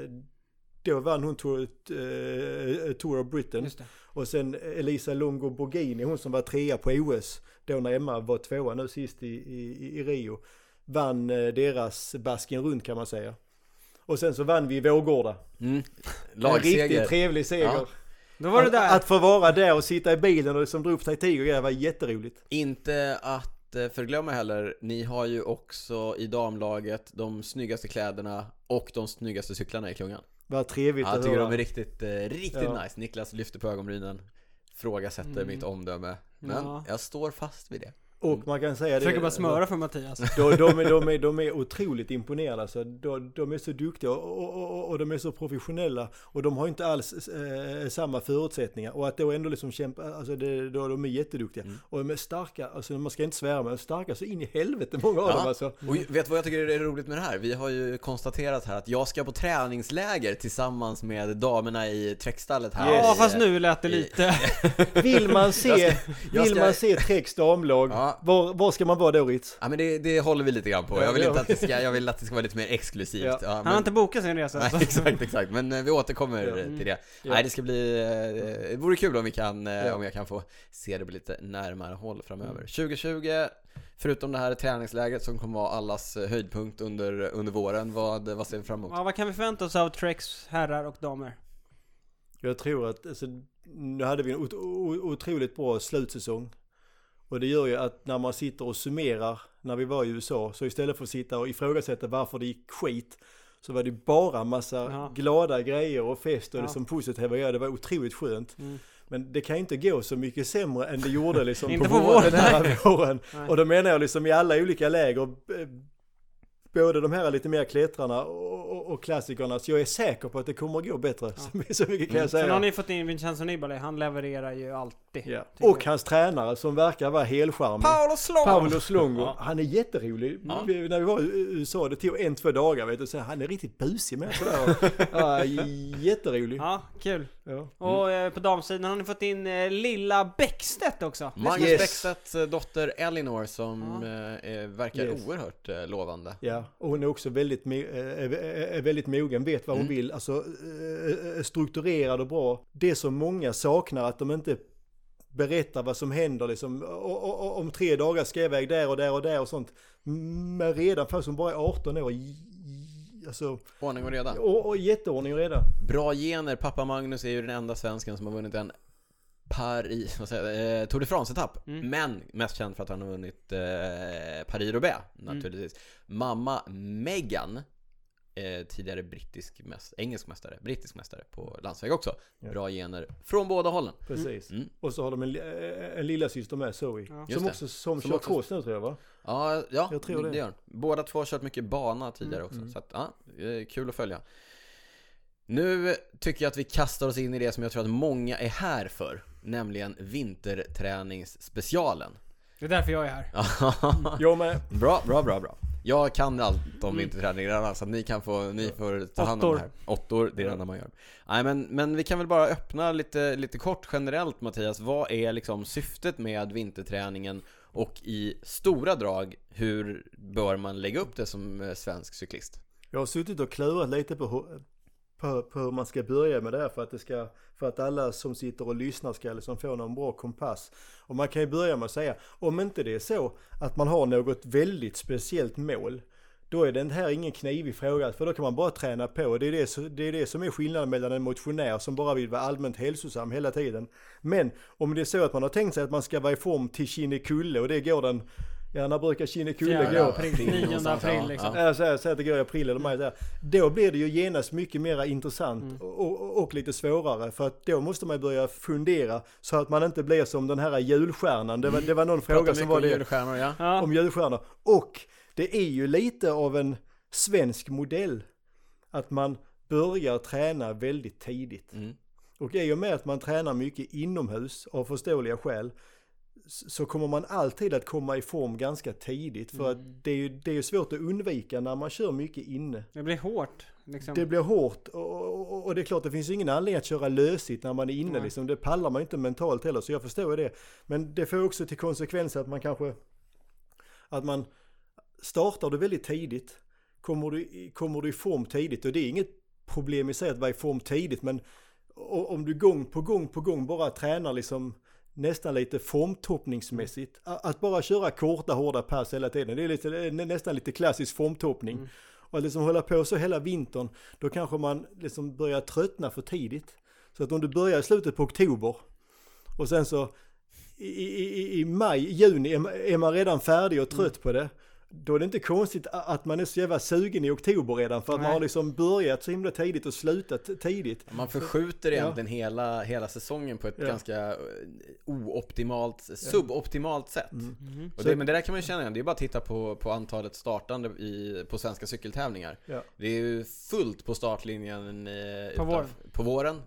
Då vann hon Tour of Britain. Och sen Elisa Longo Borghini, hon som var 3 på OS. Då när Emma var 2 nu sist i Rio. Vann deras Basken runt, kan man säga. Och sen så vann vi i Vårgårda. En riktigt trevlig seger. Ja. Då var det där. Att få vara där och sitta i bilen och som drog upp sig tiger var jätteroligt. Inte att förglömma heller, ni har ju också i damlaget de snyggaste kläderna och de snyggaste cyklarna i klungan. Vad trevligt att höra. Jag tycker de är riktigt nice. Niklas lyfter på ögonbrynen, frågasätter mitt omdöme. Men jag står fast vid det. Och man kan säga det. Försöker bara smöra för Mattias. De är otroligt imponerade. Alltså, de är så duktiga och de är så professionella. Och de har inte alls samma förutsättningar. Och att då ändå liksom kämpa, alltså då de är jätteduktiga. Och de är starka, alltså man ska inte svära, men starka så in i helvete många av dem alltså. Och vet du vad jag tycker är roligt med det här? Vi har ju konstaterat här att jag ska på träningsläger tillsammans med damerna i Trekstallet här. Ja, fast nu lät det lite. Vill man se Treks damlag, var ska man vara då, Ritz? Ja, men det håller vi lite grann på. Jag vill att det ska vara lite mer exklusivt. Ja. Han har inte bokat sin resa. Nej, exakt. Men vi återkommer till det. Ja. Nej, det ska bli det vore kul om jag kan få se det på lite närmare håll framöver. 2020, förutom det här träningsläget som kommer vara allas höjdpunkt under våren, vad ser vi fram emot? Ja, vad kan vi förvänta oss av Treks herrar och damer? Jag tror att nu hade vi en otroligt bra slutsäsong. Och det gör ju att när man sitter och summerar när vi var i USA, så istället för att sitta och ifrågasätta varför det gick skit, så var det bara massa glada grejer och fest och det som positiva grejer. Det var otroligt skönt. Men det kan inte gå så mycket sämre än det gjorde liksom på den här våren. Och då menar jag liksom i alla olika läger, både de här lite mer klättrarna och klassikerna, så jag är säker på att det kommer att gå bättre. Så mycket kan jag säga. Sen har ni fått in Vincenzo Nibali, han levererar ju alltid. Ja. Och hans tränare som verkar vara helskärmig. Paolo Slongo. Han är jätterolig. När vi var i USA, det tog 1-2 dagar, vet du, så han är riktigt busig med sådär. Jätterolig. Ja, kul. Ja. Och på damsidan har ni fått in lilla Bäckstedt också. Magnus Bäckstedts dotter Elinor som verkar oerhört lovande. Ja, och hon är också väldigt mogen, vet vad hon vill, alltså strukturerad och bra. Det som många saknar, att de inte berättar vad som händer liksom, om 3 dagar ska jag iväg där och sånt. Men redan fast hon bara är 18 år, alltså, Ordning och reda. och jätteordning och reda. Bra gener. Pappa Magnus är ju den enda svensken som har vunnit en Tour de France-etapp. Men mest känd för att han har vunnit Paris-Roubaix naturligtvis. Mamma Megan, tidigare brittisk mästare på landsväg också. Bra gener från båda hållen. Precis. Och så har de en lilla syster med, Zoe. Som också kör cross nu, tror jag, va? Ja, jag tror det. Gör de. Båda två har kört mycket bana tidigare också. Så att, kul att följa. Nu tycker jag att vi kastar oss in i det som jag tror att många är här för. Nämligen vinterträningsspecialen. Det är därför jag är här. Jag med. Bra. Jag kan allt om vinterträning redan, så att ni får ta hand om det här. 8 år, det är det enda man gör. Nej, men vi kan väl bara öppna lite kort generellt, Mattias. Vad är liksom syftet med vinterträningen? Och i stora drag, hur bör man lägga upp det som svensk cyklist? Jag har suttit och klurat lite på hur man ska börja med det här för att alla som sitter och lyssnar ska liksom få någon bra kompass. Och man kan ju börja med att säga, om inte det är så att man har något väldigt speciellt mål, då är det här ingen knivig fråga, för då kan man bara träna på. Det är det som är skillnaden mellan en motionär som bara vill vara allmänt hälsosam hela tiden. Men om det är så att man har tänkt sig att man ska vara i form till Kinnekulle, och det går den... Ja, när brukar Kinnekulle gå? 9 april liksom. Ja, så att det går i april eller maj. Då blir det ju genast mycket mer intressant och lite svårare. För att då måste man börja fundera så att man inte blir som den här julstjärnan. Det var någon fråga som var det om julstjärnor. Och det är ju lite av en svensk modell att man börjar träna väldigt tidigt. Och i och med att man tränar mycket inomhus av förståeliga skäl, så kommer man alltid att komma i form ganska tidigt. För att det är ju svårt att undvika när man kör mycket inne. Det blir hårt. Liksom. Det blir hårt. Och det är klart, det finns ingen anledning att köra lösigt när man är inne. Liksom. Det pallar man inte mentalt heller, så jag förstår det. Men det får också till konsekvens att man startar det väldigt tidigt. Kommer du i form tidigt. Och det är inget problem i sig att vara i form tidigt. Men om du gång på gång bara tränar liksom nästan lite formtoppningsmässigt. Att bara köra korta, hårda pass hela tiden. Det är nästan lite klassisk formtoppning. Och liksom hålla på så hela vintern, då kanske man liksom börjar tröttna för tidigt. Så att om du börjar i slutet på oktober och sen så i maj, juni är man redan färdig och trött på det. Då är det inte konstigt att man är så jävla sugen i oktober redan, för att man har liksom börjat så himla tidigt och slutat tidigt. Man förskjuter egentligen hela säsongen på ett ganska suboptimalt sätt. Och men det där kan man ju känna igen. Det är bara att titta på antalet startande på svenska cykeltävlingar. Det är ju fullt på startlinjen på våren.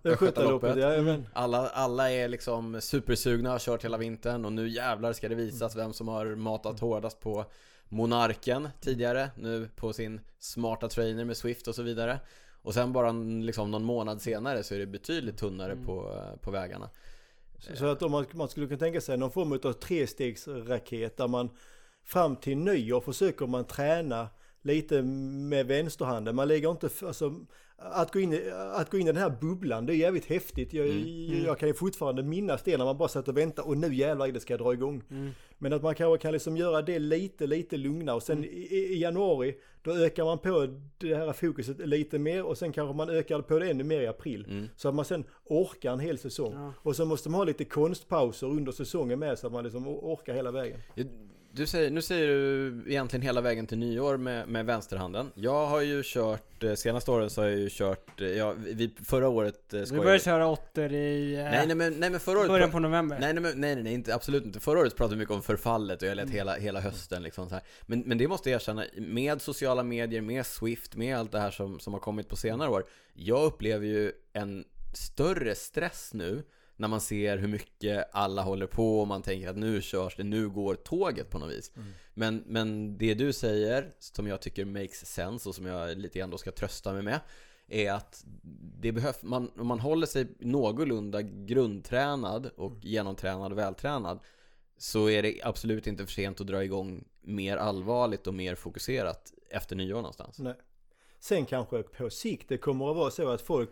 Alla är liksom supersugna, har kört hela vintern, och nu jävlar ska det visas vem som har matat hårdast på Monarken tidigare, nu på sin smarta trainer med Swift och så vidare. Och sen bara liksom någon månad senare så är det betydligt tunnare på vägarna. Så att om man skulle kunna tänka sig någon form av 3-stegsraket där man fram till nyår försöker man träna lite med vänsterhanden. Man lägger inte, alltså, att gå in i den här bubblan, det är jävligt häftigt. Jag kan ju fortfarande minnas det när man bara satt och väntade och nu jävlar det ska dra igång. Men att man kanske kan liksom göra det lite lugnare, och sen i januari då ökar man på det här fokuset lite mer, och sen kanske man ökar på det ännu mer i april. Så att man sen orkar en hel säsong. Och så måste man ha lite konstpauser under säsongen med, så att man liksom orkar hela vägen. Nu säger du egentligen hela vägen till nyår med vänsterhanden. Jag har ju kört, senaste åren så har jag ju kört, förra året Vi började köra 8 i nej, men förra året början på november. Nej, inte, absolut inte. Förra året pratade vi mycket om förfallet och jag lät hela hösten liksom så här. Men det måste jag erkänna, med sociala medier, med Swift, med allt det här som har kommit på senare år, jag upplever ju en större stress nu när man ser hur mycket alla håller på och man tänker att nu körs det, nu går tåget på något vis. Men det du säger, som jag tycker makes sense och som jag lite grann då ska trösta mig med, är att det behövs, om man håller sig någorlunda grundtränad och genomtränad och vältränad, så är det absolut inte för sent att dra igång mer allvarligt och mer fokuserat efter nyår någonstans. Nej. Sen kanske på sikt det kommer att vara så att folk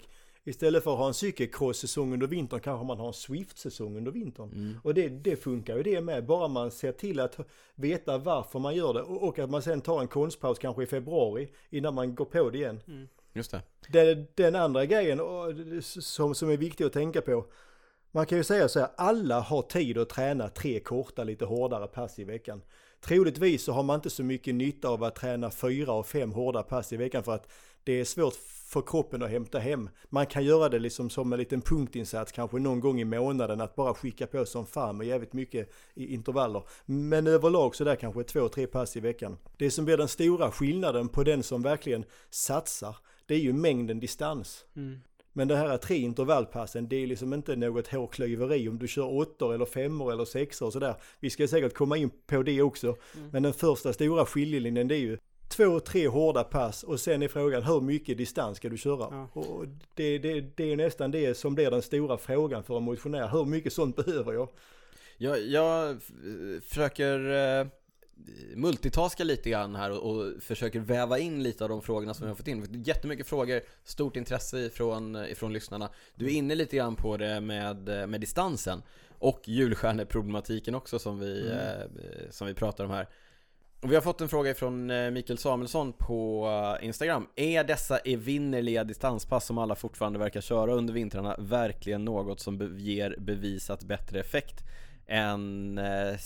Istället för att ha en cykelcross-säsong under vintern kanske man har en Swift-säsong under vintern. Och det funkar ju det med. Bara man ser till att veta varför man gör det och att man sen tar en konstpaus kanske i februari innan man går på det igen. Just det. Den andra grejen som är viktig att tänka på. Man kan ju säga så här, alla har tid att träna 3 korta lite hårdare pass i veckan. Troligtvis så har man inte så mycket nytta av att träna 4 och 5 hårda pass i veckan för att det är svårt för kroppen att hämta hem. Man kan göra det liksom som en liten punktinsats kanske någon gång i månaden att bara skicka på som fan med jävligt mycket i intervaller. Men överlag så där kanske 2-3 pass i veckan. Det som blir den stora skillnaden på den som verkligen satsar, det är ju mängden distans. Men det här 3 intervallpassen, det är liksom inte något hårklyveri om du kör 8 eller 5 eller 6 och sådär. Vi ska säkert komma in på det också. Men den första stora skiljelinjen det är ju 2-3 hårda pass och sen är frågan hur mycket distans ska du köra? Ja. Och det är nästan det som blir den stora frågan för en motionär. Hur mycket sånt behöver jag? Jag försöker multitaska lite grann här och försöker väva in lite av de frågorna som jag har fått in. Jättemycket frågor, stort intresse ifrån lyssnarna. Du är inne lite grann på det med distansen och julstjärneproblematiken också som vi pratar om här. Och vi har fått en fråga från Mikael Samuelsson på Instagram. Är dessa evinnerliga distanspass som alla fortfarande verkar köra under vintrarna verkligen något som ger bevisat bättre effekt än,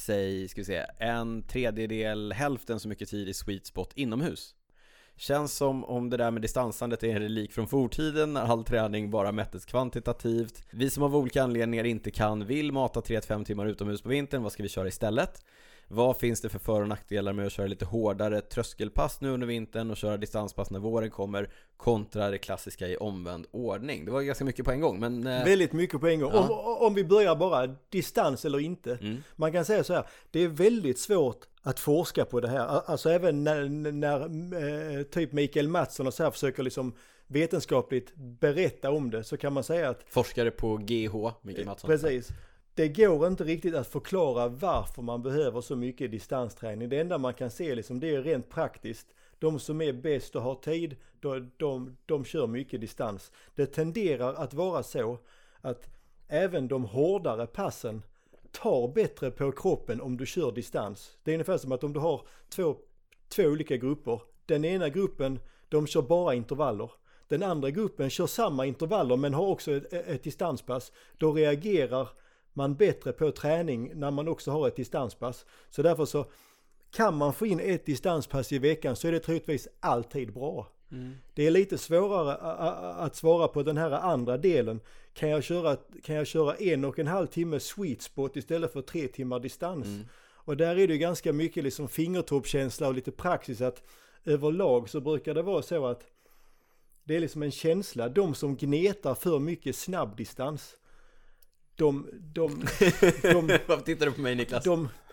en tredjedel, hälften så mycket tid i sweet spot inomhus? Känns som om det där med distansandet är en relik från fortiden när all träning bara mättes kvantitativt. Vi som av olika anledningar inte vill mata 3-5 timmar utomhus på vintern, vad ska vi köra istället? Vad finns det för för- och nackdelar med att köra lite hårdare tröskelpass nu under vintern och köra distanspass när våren kommer kontra det klassiska i omvänd ordning? Det var ganska mycket på en gång, men... Väldigt mycket på en gång. Ja. Om vi börjar bara distans eller inte. Man kan säga så här, det är väldigt svårt att forska på det här. Alltså även när typ Mikael Mattsson och så här försöker liksom vetenskapligt berätta om det så kan man säga att... Forskare på GH, Mikael Mattsson. Precis. Det går inte riktigt att förklara varför man behöver så mycket distansträning. Det enda man kan se liksom, det är rent praktiskt. De som är bäst och har tid, de kör mycket distans. Det tenderar att vara så att även de hårdare passen tar bättre på kroppen om du kör distans. Det är ungefär som att om du har två olika grupper. Den ena gruppen, de kör bara intervaller. Den andra gruppen kör samma intervaller men har också ett distanspass. Då reagerar man bättre på träning när man också har ett distanspass. Så därför så kan man få in ett distanspass i veckan så är det troligtvis alltid bra. Det är lite svårare att svara på den här andra delen. Kan jag köra 1,5 timme sweet spot istället för 3 timmar distans? Och där är det ju ganska mycket liksom fingertoppkänsla och lite praxis att överlag så brukar det vara så att det är liksom en känsla. De som gnetar för mycket snabbdistans Vad tittar du på mig, Niklas?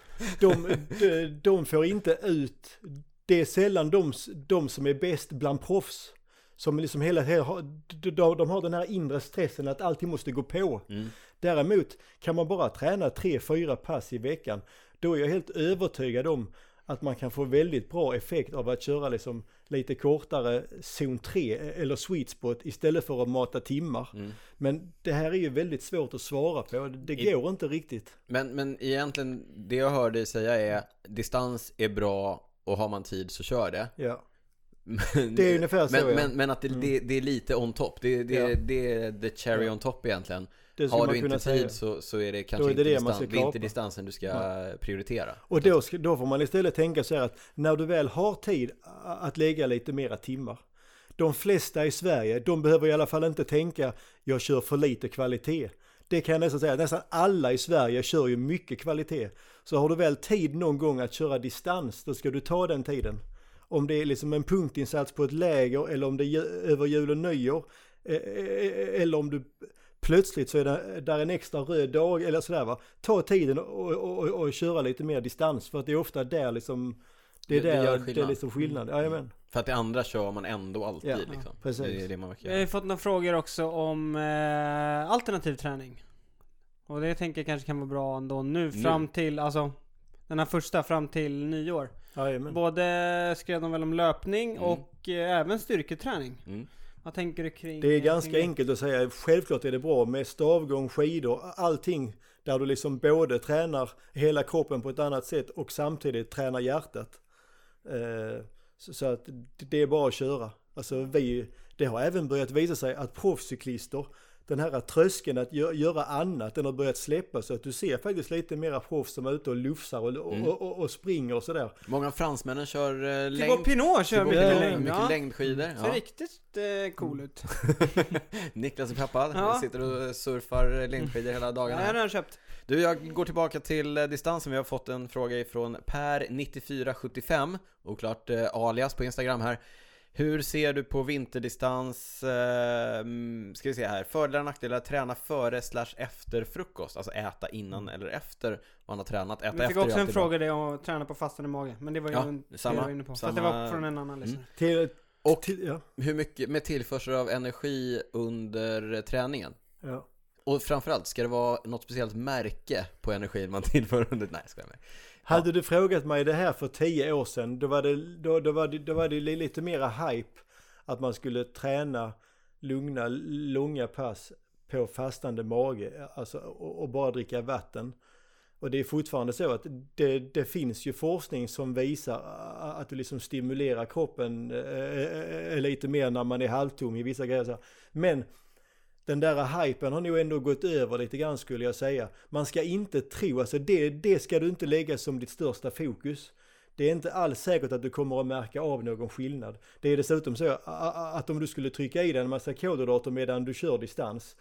De får inte ut. Det är sällan de som är bäst bland proffs som liksom de har den här inre stressen att allting måste gå på. Däremot kan man bara träna 3-4 pass i veckan, då är jag helt övertygad om att man kan få väldigt bra effekt av att köra liksom lite kortare zon 3 eller sweet spot istället för att mata timmar. Men det här är ju väldigt svårt att svara på. Det går inte riktigt. Men egentligen, det jag hörde dig säga är distans är bra och har man tid så kör det. Ja. Det är ungefär så. Men att det är lite on top. Det är the cherry on top egentligen. Har du inte tid så är det kanske det är inte distansen du ska prioritera. Och då får man istället tänka så här att när du väl har tid att lägga lite mera timmar. De flesta i Sverige, de behöver i alla fall inte tänka jag kör för lite kvalitet. Det kan jag nästan säga. Nästan alla i Sverige kör ju mycket kvalitet. Så har du väl tid någon gång att köra distans, då ska du ta den tiden. Om det är liksom en punktinsats på ett läger eller om det är över jul och nyår eller om du plötsligt så är det där en extra röd dag eller sådär va. Ta tiden och köra lite mer distans för att det är ofta där liksom det är liksom skillnad. Jajamän. För att det andra kör man ändå alltid liksom. Precis. Det är det man Jag har fått några frågor också om alternativ träning. Och det tänker jag kanske kan vara bra ändå nu fram till alltså den här första fram till nyår. Jajamän. Både skrev de väl om löpning och även styrketräning. Vad tänker du kring? Det är ganska enkelt att säga. Självklart är det bra med stavgång, skidor, allting där du liksom både tränar hela kroppen på ett annat sätt och samtidigt tränar hjärtat. Så att det är bara att köra. Alltså det har även börjat visa sig att proffscyklister, den här tröskeln att göra annat, den har börjat släppa, så att du ser faktiskt lite mera proffs som är ute och lufsar och springer och sådär. Många fransmännen kör längd. Pinot kör mycket längdskidor. Ser riktigt cool ut. Niklas är peppad. Sitter och surfar längdskidor hela dagarna. Ja, jag har köpt. Du, jag går tillbaka till distansen. Vi har fått en fråga ifrån Per9475, och klart alias på Instagram här. Hur ser du på vinterdistans? Ska vi se här. Fördelar och nackdelar, träna före/efter frukost. Alltså äta innan eller efter man har tränat. Vi fick också en fråga det om att träna på fastande mage. Men det var ju samma, inne på. Fast det var från en annan lyssnare. Hur mycket med tillförsel av energi under träningen? Ja. Och framförallt, ska det vara något speciellt märke på energin man tillför under? Nej, ska jag med. Hade du frågat mig det här för 10 år sedan, då var det lite mera hype att man skulle träna långa pass på fastande mage, alltså, och bara dricka vatten. Och det är fortfarande så att det finns ju forskning som visar att du liksom stimulerar kroppen lite mer när man är halvtom i vissa grejer. Men den där hypen har nog ändå gått över lite grann, skulle jag säga. Man ska inte tro, alltså det ska du inte lägga som ditt största fokus. Det är inte alls säkert att du kommer att märka av någon skillnad. Det är dessutom så att om du skulle trycka i dig en massa kolhydrater medan du kör distans,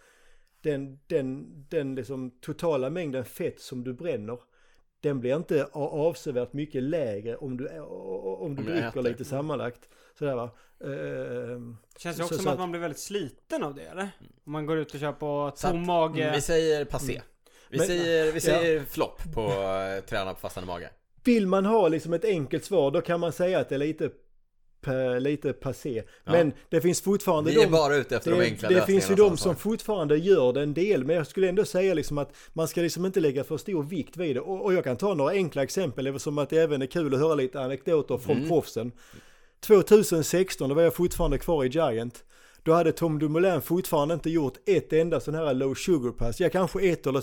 den liksom totala mängden fett som du bränner, den blir inte avsevärt mycket lägre om du dricker lite sammanlagt. Sådär, va? Känns det också som att man blir väldigt sliten av det, eller? Om man går ut och kör på tom mage. Vi säger passé. Vi säger flopp på träna på fastande mage. Vill man ha liksom ett enkelt svar, då kan man säga att det är lite passé. Men det finns fortfarande Vi är bara ute efter de enkla det finns ju de som fortfarande gör det en del, men jag skulle ändå säga liksom att man ska liksom inte lägga för stor vikt vid det. Och jag kan ta några enkla exempel, eftersom att det även är kul att höra lite anekdoter från proffsen. 2016, då var jag fortfarande kvar i Giant. Då hade Tom Dumoulin fortfarande inte gjort ett enda sån här low sugar pass. Jag kanske 1 eller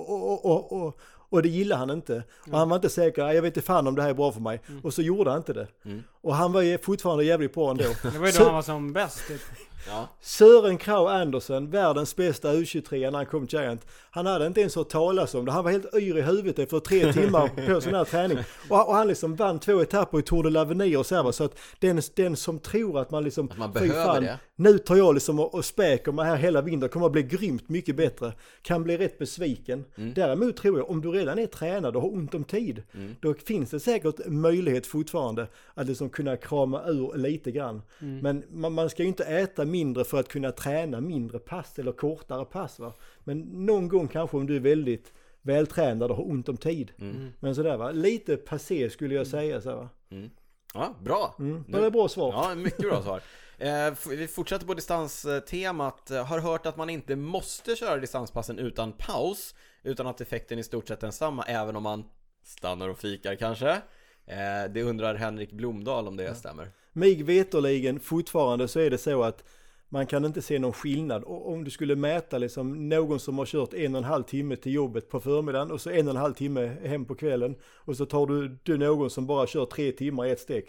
2 och det gillade han inte. Och han var inte säker, jag vet inte fan om det här är bra för mig. Och så gjorde han inte det. Och han var fortfarande jävligt bra ändå. Det var ju då han var som bäst typ. Ja. Sören Kragh Andersen, världens bästa U23 när han kom till Giant. Han hade inte ens hört talas om det. Han var helt yr i huvudet efter 3 timmar på sån här träning. Och han liksom vann 2 etapper i Tour de l'Avenir och så här. Så att den som tror att man liksom... Att man behöver det. Nu tar jag liksom och späker mig här hela vintern, kommer att bli grymt mycket bättre. Kan bli rätt besviken. Däremot tror jag, om du redan är tränad och har ont om tid, då finns det säkert möjlighet fortfarande att liksom kunna krama ur lite grann. Men man ska ju inte äta mindre för att kunna träna mindre pass eller kortare pass, va? Men någon gång kanske om du är väldigt vältränad och har ont om tid. Men sådär, va? Lite passé skulle jag säga så, va? Ja, bra. Det är bra svar. Ja, mycket bra svar. Vi fortsätter på distanstemat. Har hört att man inte måste köra distanspassen utan paus, utan att effekten i stort sett är densamma, även om man stannar och fikar kanske. Det undrar Henrik Blomdahl om det stämmer. Mig veterligen fortfarande så är det så att man kan inte se någon skillnad. Och om du skulle mäta liksom någon som har kört 1,5 timme till jobbet på förmiddagen och så 1,5 timme hem på kvällen, och så tar du någon som bara kör 3 timmar i ett steg.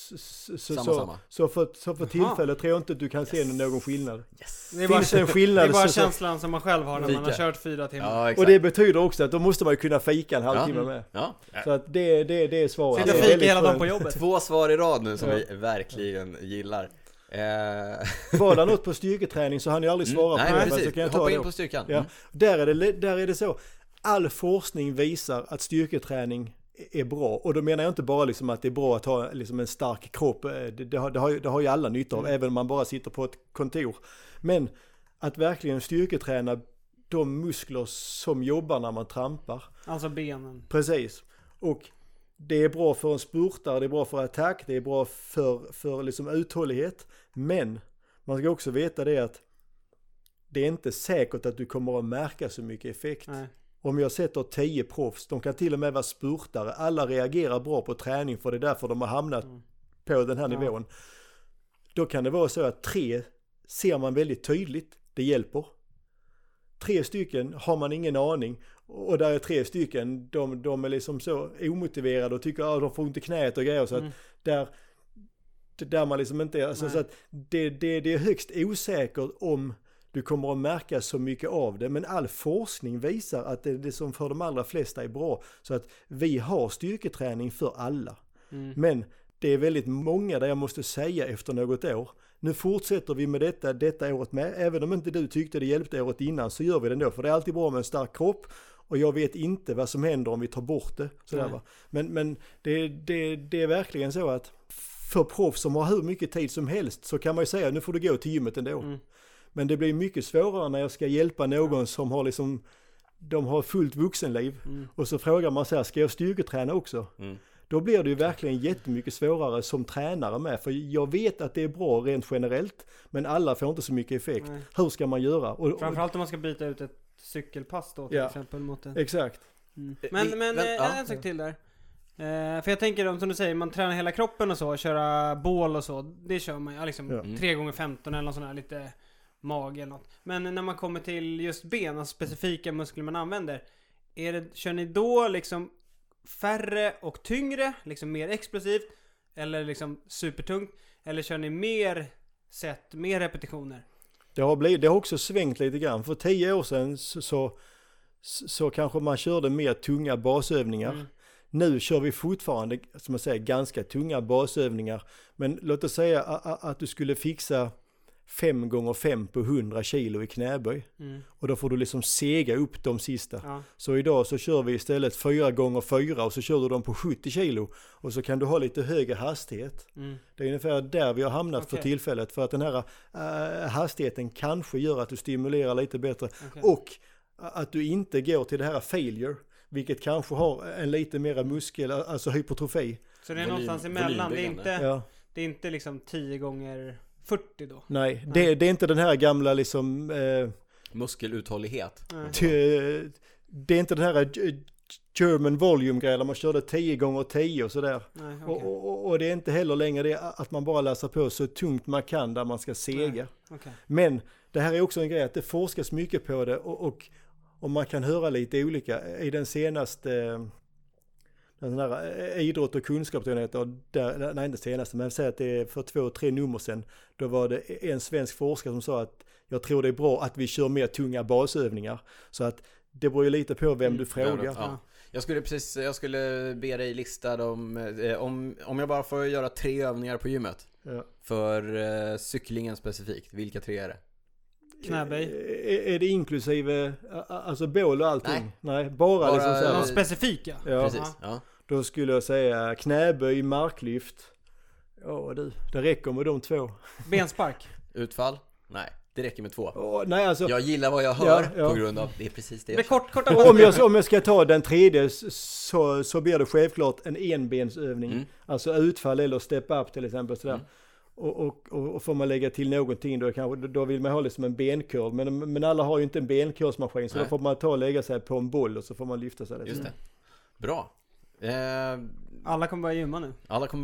Så för tillfället tror jag inte att du kan se någon skillnad. Det är bara känslan som man själv har när man har kört 4 timmar. Ja, och det betyder också att då måste man ju kunna fika en halvtimme med. Så att det är svaret. Sitta och fika hela dagen på jobbet. 2 svar i rad nu som vi verkligen gillar. Var det något på styrketräning så han ju aldrig svara på det. Precis. Så kan jag hoppa in på styrkan. Ja. Där är det så. All forskning visar att styrketräning är bra. Och då menar jag inte bara liksom att det är bra att ha liksom en stark kropp. Det har ju alla nytta av, även om man bara sitter på ett kontor. Men att verkligen styrketräna de muskler som jobbar när man trampar. Alltså benen. Precis. Och det är bra för en spurtare, det är bra för attack, det är bra för liksom uthållighet. Men man ska också veta det att det är inte säkert att du kommer att märka så mycket effekt. Nej. Om jag sätter 10 proffs, de kan till och med vara spurtare. Alla reagerar bra på träning, för det är därför de har hamnat på den här nivån. Då kan det vara så att 3 ser man väldigt tydligt. Det hjälper. 3 stycken har man ingen aning. Och där är 3 stycken, de är liksom så omotiverade och tycker att de får inte knät och grejer. Så att där man liksom inte är, alltså, så att det är högst osäkert om du kommer att märka så mycket av det. Men all forskning visar att det som för de allra flesta är bra. Så att vi har styrketräning för alla. Men det är väldigt många där jag måste säga efter något år. Nu fortsätter vi med detta året med. Även om inte du tyckte det hjälpte året innan så gör vi det ändå. För det är alltid bra med en stark kropp. Och jag vet inte vad som händer om vi tar bort det. Sådär, va? Men det är verkligen så att för proffs som har hur mycket tid som helst så kan man ju säga nu får du gå till gymmet ändå. Men det blir mycket svårare när jag ska hjälpa någon som har liksom, de har fullt vuxenliv. Och så frågar man så här, ska jag styrketräna också? Då blir det ju verkligen jättemycket svårare som tränare med. För jag vet att det är bra rent generellt, men alla får inte så mycket effekt. Hur ska man göra? Framförallt om man ska byta ut ett cykelpass då till exempel mot en... Exakt. Men en sak till där. För jag tänker som du säger, man tränar hela kroppen och så, köra bål och så, det kör man liksom 3x15 eller något sånt här, lite mage eller något. Men när man kommer till just ben, alltså specifika muskler man använder, kör ni då liksom färre och tyngre, liksom mer explosivt, eller liksom supertungt, eller kör ni mer repetitioner? Det har också svängt lite grann. För 10 år sedan så kanske man körde mer tunga basövningar. Nu kör vi fortfarande, som man säger, ganska tunga basövningar. Men låt oss säga att du skulle fixa 5x5 på 100 kilo i knäböj. Och då får du liksom sega upp de sista. Så idag så kör vi istället 4x4 och så kör du dem på 70 kilo. Och så kan du ha lite högre hastighet. Det är ungefär där vi har hamnat för tillfället. För att den här hastigheten kanske gör att du stimulerar lite bättre. Och att du inte går till det här failure. Vilket kanske har en lite mera muskel, alltså hypertrofi. Så det är någonstans emellan. Det är inte liksom 10x40 då? Nej, det är inte den här gamla liksom... muskeluthållighet. Det är inte den här German volume-grejen där man körde 10x10 och sådär. Och det är inte heller längre det att man bara läser på så tungt man kan där man ska sega. Men det här är också en grej att det forskas mycket på det och man kan höra lite olika. I den senaste den här idrott- och kunskap, nej inte senaste, men jag säger att det är för 2-3 nummer sedan, då var det en svensk forskare som sa att jag tror det är bra att vi kör mer tunga basövningar. Så att det beror ju lite på vem du frågar. Ja. Jag skulle be dig lista om jag bara får göra 3 övningar på gymmet. För cyklingen specifikt, vilka 3 är det? Knäböj. Är det inklusive alltså bål och allting? Nej, bara liksom så här. Någon specifika. Precis. Ja. Då skulle jag säga knäböj, marklyft. Det räcker med de 2. Benspark. Utfall? Nej, det räcker med 2. Nej, alltså, jag gillar vad jag hör på grund av det är precis det. Om jag ska ta den tredje så blir det självklart en enbensövning. Alltså utfall eller step up till exempel sådär. Och får man lägga till någonting då vill man ha liksom en benkurv, men alla har ju inte en benkurvsmaskin, så då får man ta och lägga sig på en boll och så får man lyfta sig. Just det. Bra. Alla kommer börja gymma nu.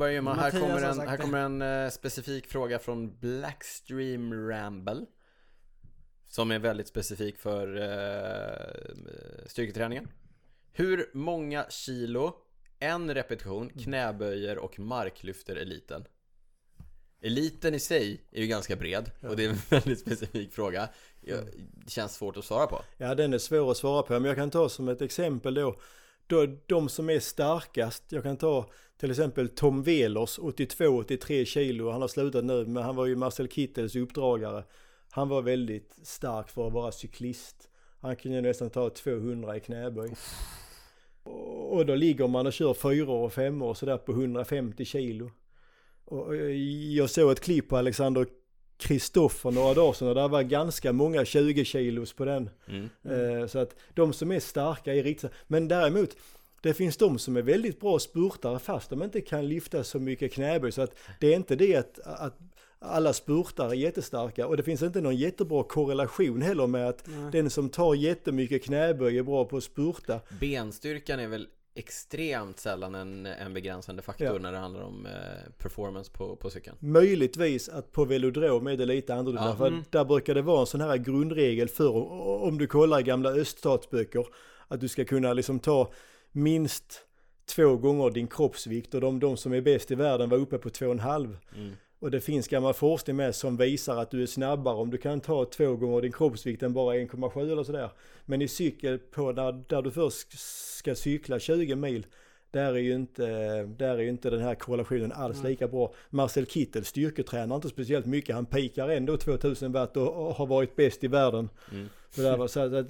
Här kommer en specifik fråga från Blackstream Ramble som är väldigt specifik för styrketräningen. Hur många kilo, en repetition, knäböjer och marklyfter eliten? Eliten i sig är ju ganska bred och det är en väldigt specifik fråga. Det känns svårt att svara på. Ja, den är svår att svara på, men jag kan ta som ett exempel då de som är starkast. Jag kan ta till exempel Tom Velers, 82-83 kilo. Han har slutat nu, men han var ju Marcel Kittels uppdragare. Han var väldigt stark för att vara cyklist. Han kunde nästan ta 200 i knäböj. Och då ligger man och kör 4 och 5 och sådär på 150 kilo. Och jag såg ett klipp på Alexander Kristoffer några dagar sedan och där var ganska många 20 kilos på den. Så att de som är starka är riktigt. Men däremot, det finns de som är väldigt bra spurtare fast de inte kan lyfta så mycket knäböj. Så att det är inte det att alla spurtare är jättestarka. Och det finns inte någon jättebra korrelation heller med att den som tar jättemycket knäböj är bra på att spurta. Benstyrkan är väl extremt sällan en begränsande faktor när det handlar om performance på cykeln. Möjligtvis att på velodrom är det lite annorlunda. För där brukar det vara en sån här grundregel för om du kollar i gamla öststatsböcker att du ska kunna liksom ta minst 2 gånger din kroppsvikt, och de som är bäst i världen var uppe på 2,5. Och det finns gammal forskning med som visar att du är snabbare om du kan ta 2 gånger din kroppsvikt än bara 1,7 eller sådär. Men i cykel på där du först ska cykla 20 mil, där är ju inte den här korrelationen alls lika bra. Marcel Kittel styrketränar inte speciellt mycket. Han pikar ändå 2000 watt och har varit bäst i världen. Så där var så att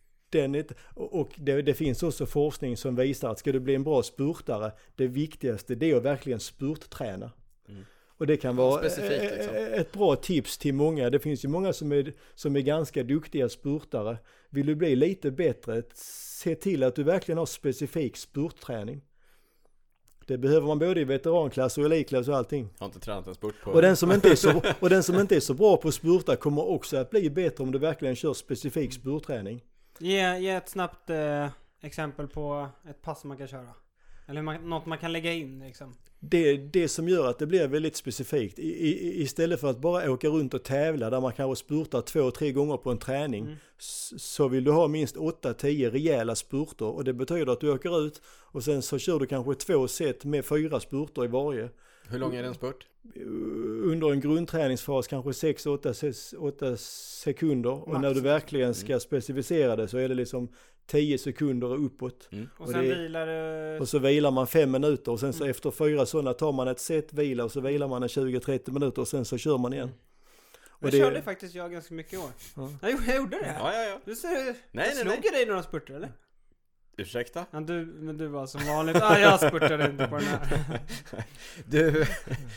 det finns också forskning som visar att ska du bli en bra spurtare, det viktigaste det är att verkligen spurtträna. Och det kan vara ett bra tips till många. Det finns ju många som är ganska duktiga spurtare. Vill du bli lite bättre, se till att du verkligen har specifik spurtträning. Det behöver man både i veteranklass och elitklass och allting. Jag har inte tränat en spurt på. Och den som inte är så bra på spurta kommer också att bli bättre om du verkligen kör specifik spurtträning. Ge ett snabbt exempel på ett pass man kan köra. Eller något man kan lägga in liksom. Det som gör att det blir väldigt specifikt. Istället för att bara åka runt och tävla där man kanske spurtar 2-3 gånger på en träning, så vill du ha minst 8-10 rejäla spurter. Och det betyder att du åker ut och sen så kör du kanske 2 set med 4 spurter i varje. Hur lång är en spurt? Under en grundträningsfas kanske 6-8 sekunder. Max. Och när du verkligen ska specificera det så är det liksom 10 sekunder och uppåt. Och sen vilar det... Och så vilar man 5 minuter och sen så efter 4 sådana tar man ett set vila och så vilar man 20-30 minuter och sen så kör man igen. Och det körde faktiskt jag ganska mycket i år. Ja. Jag gjorde det. Ja. Du slog jag dig i några spurter eller? Ursäkta? Ja, men du var som vanligt. Jag spurtade inte på den här. Du,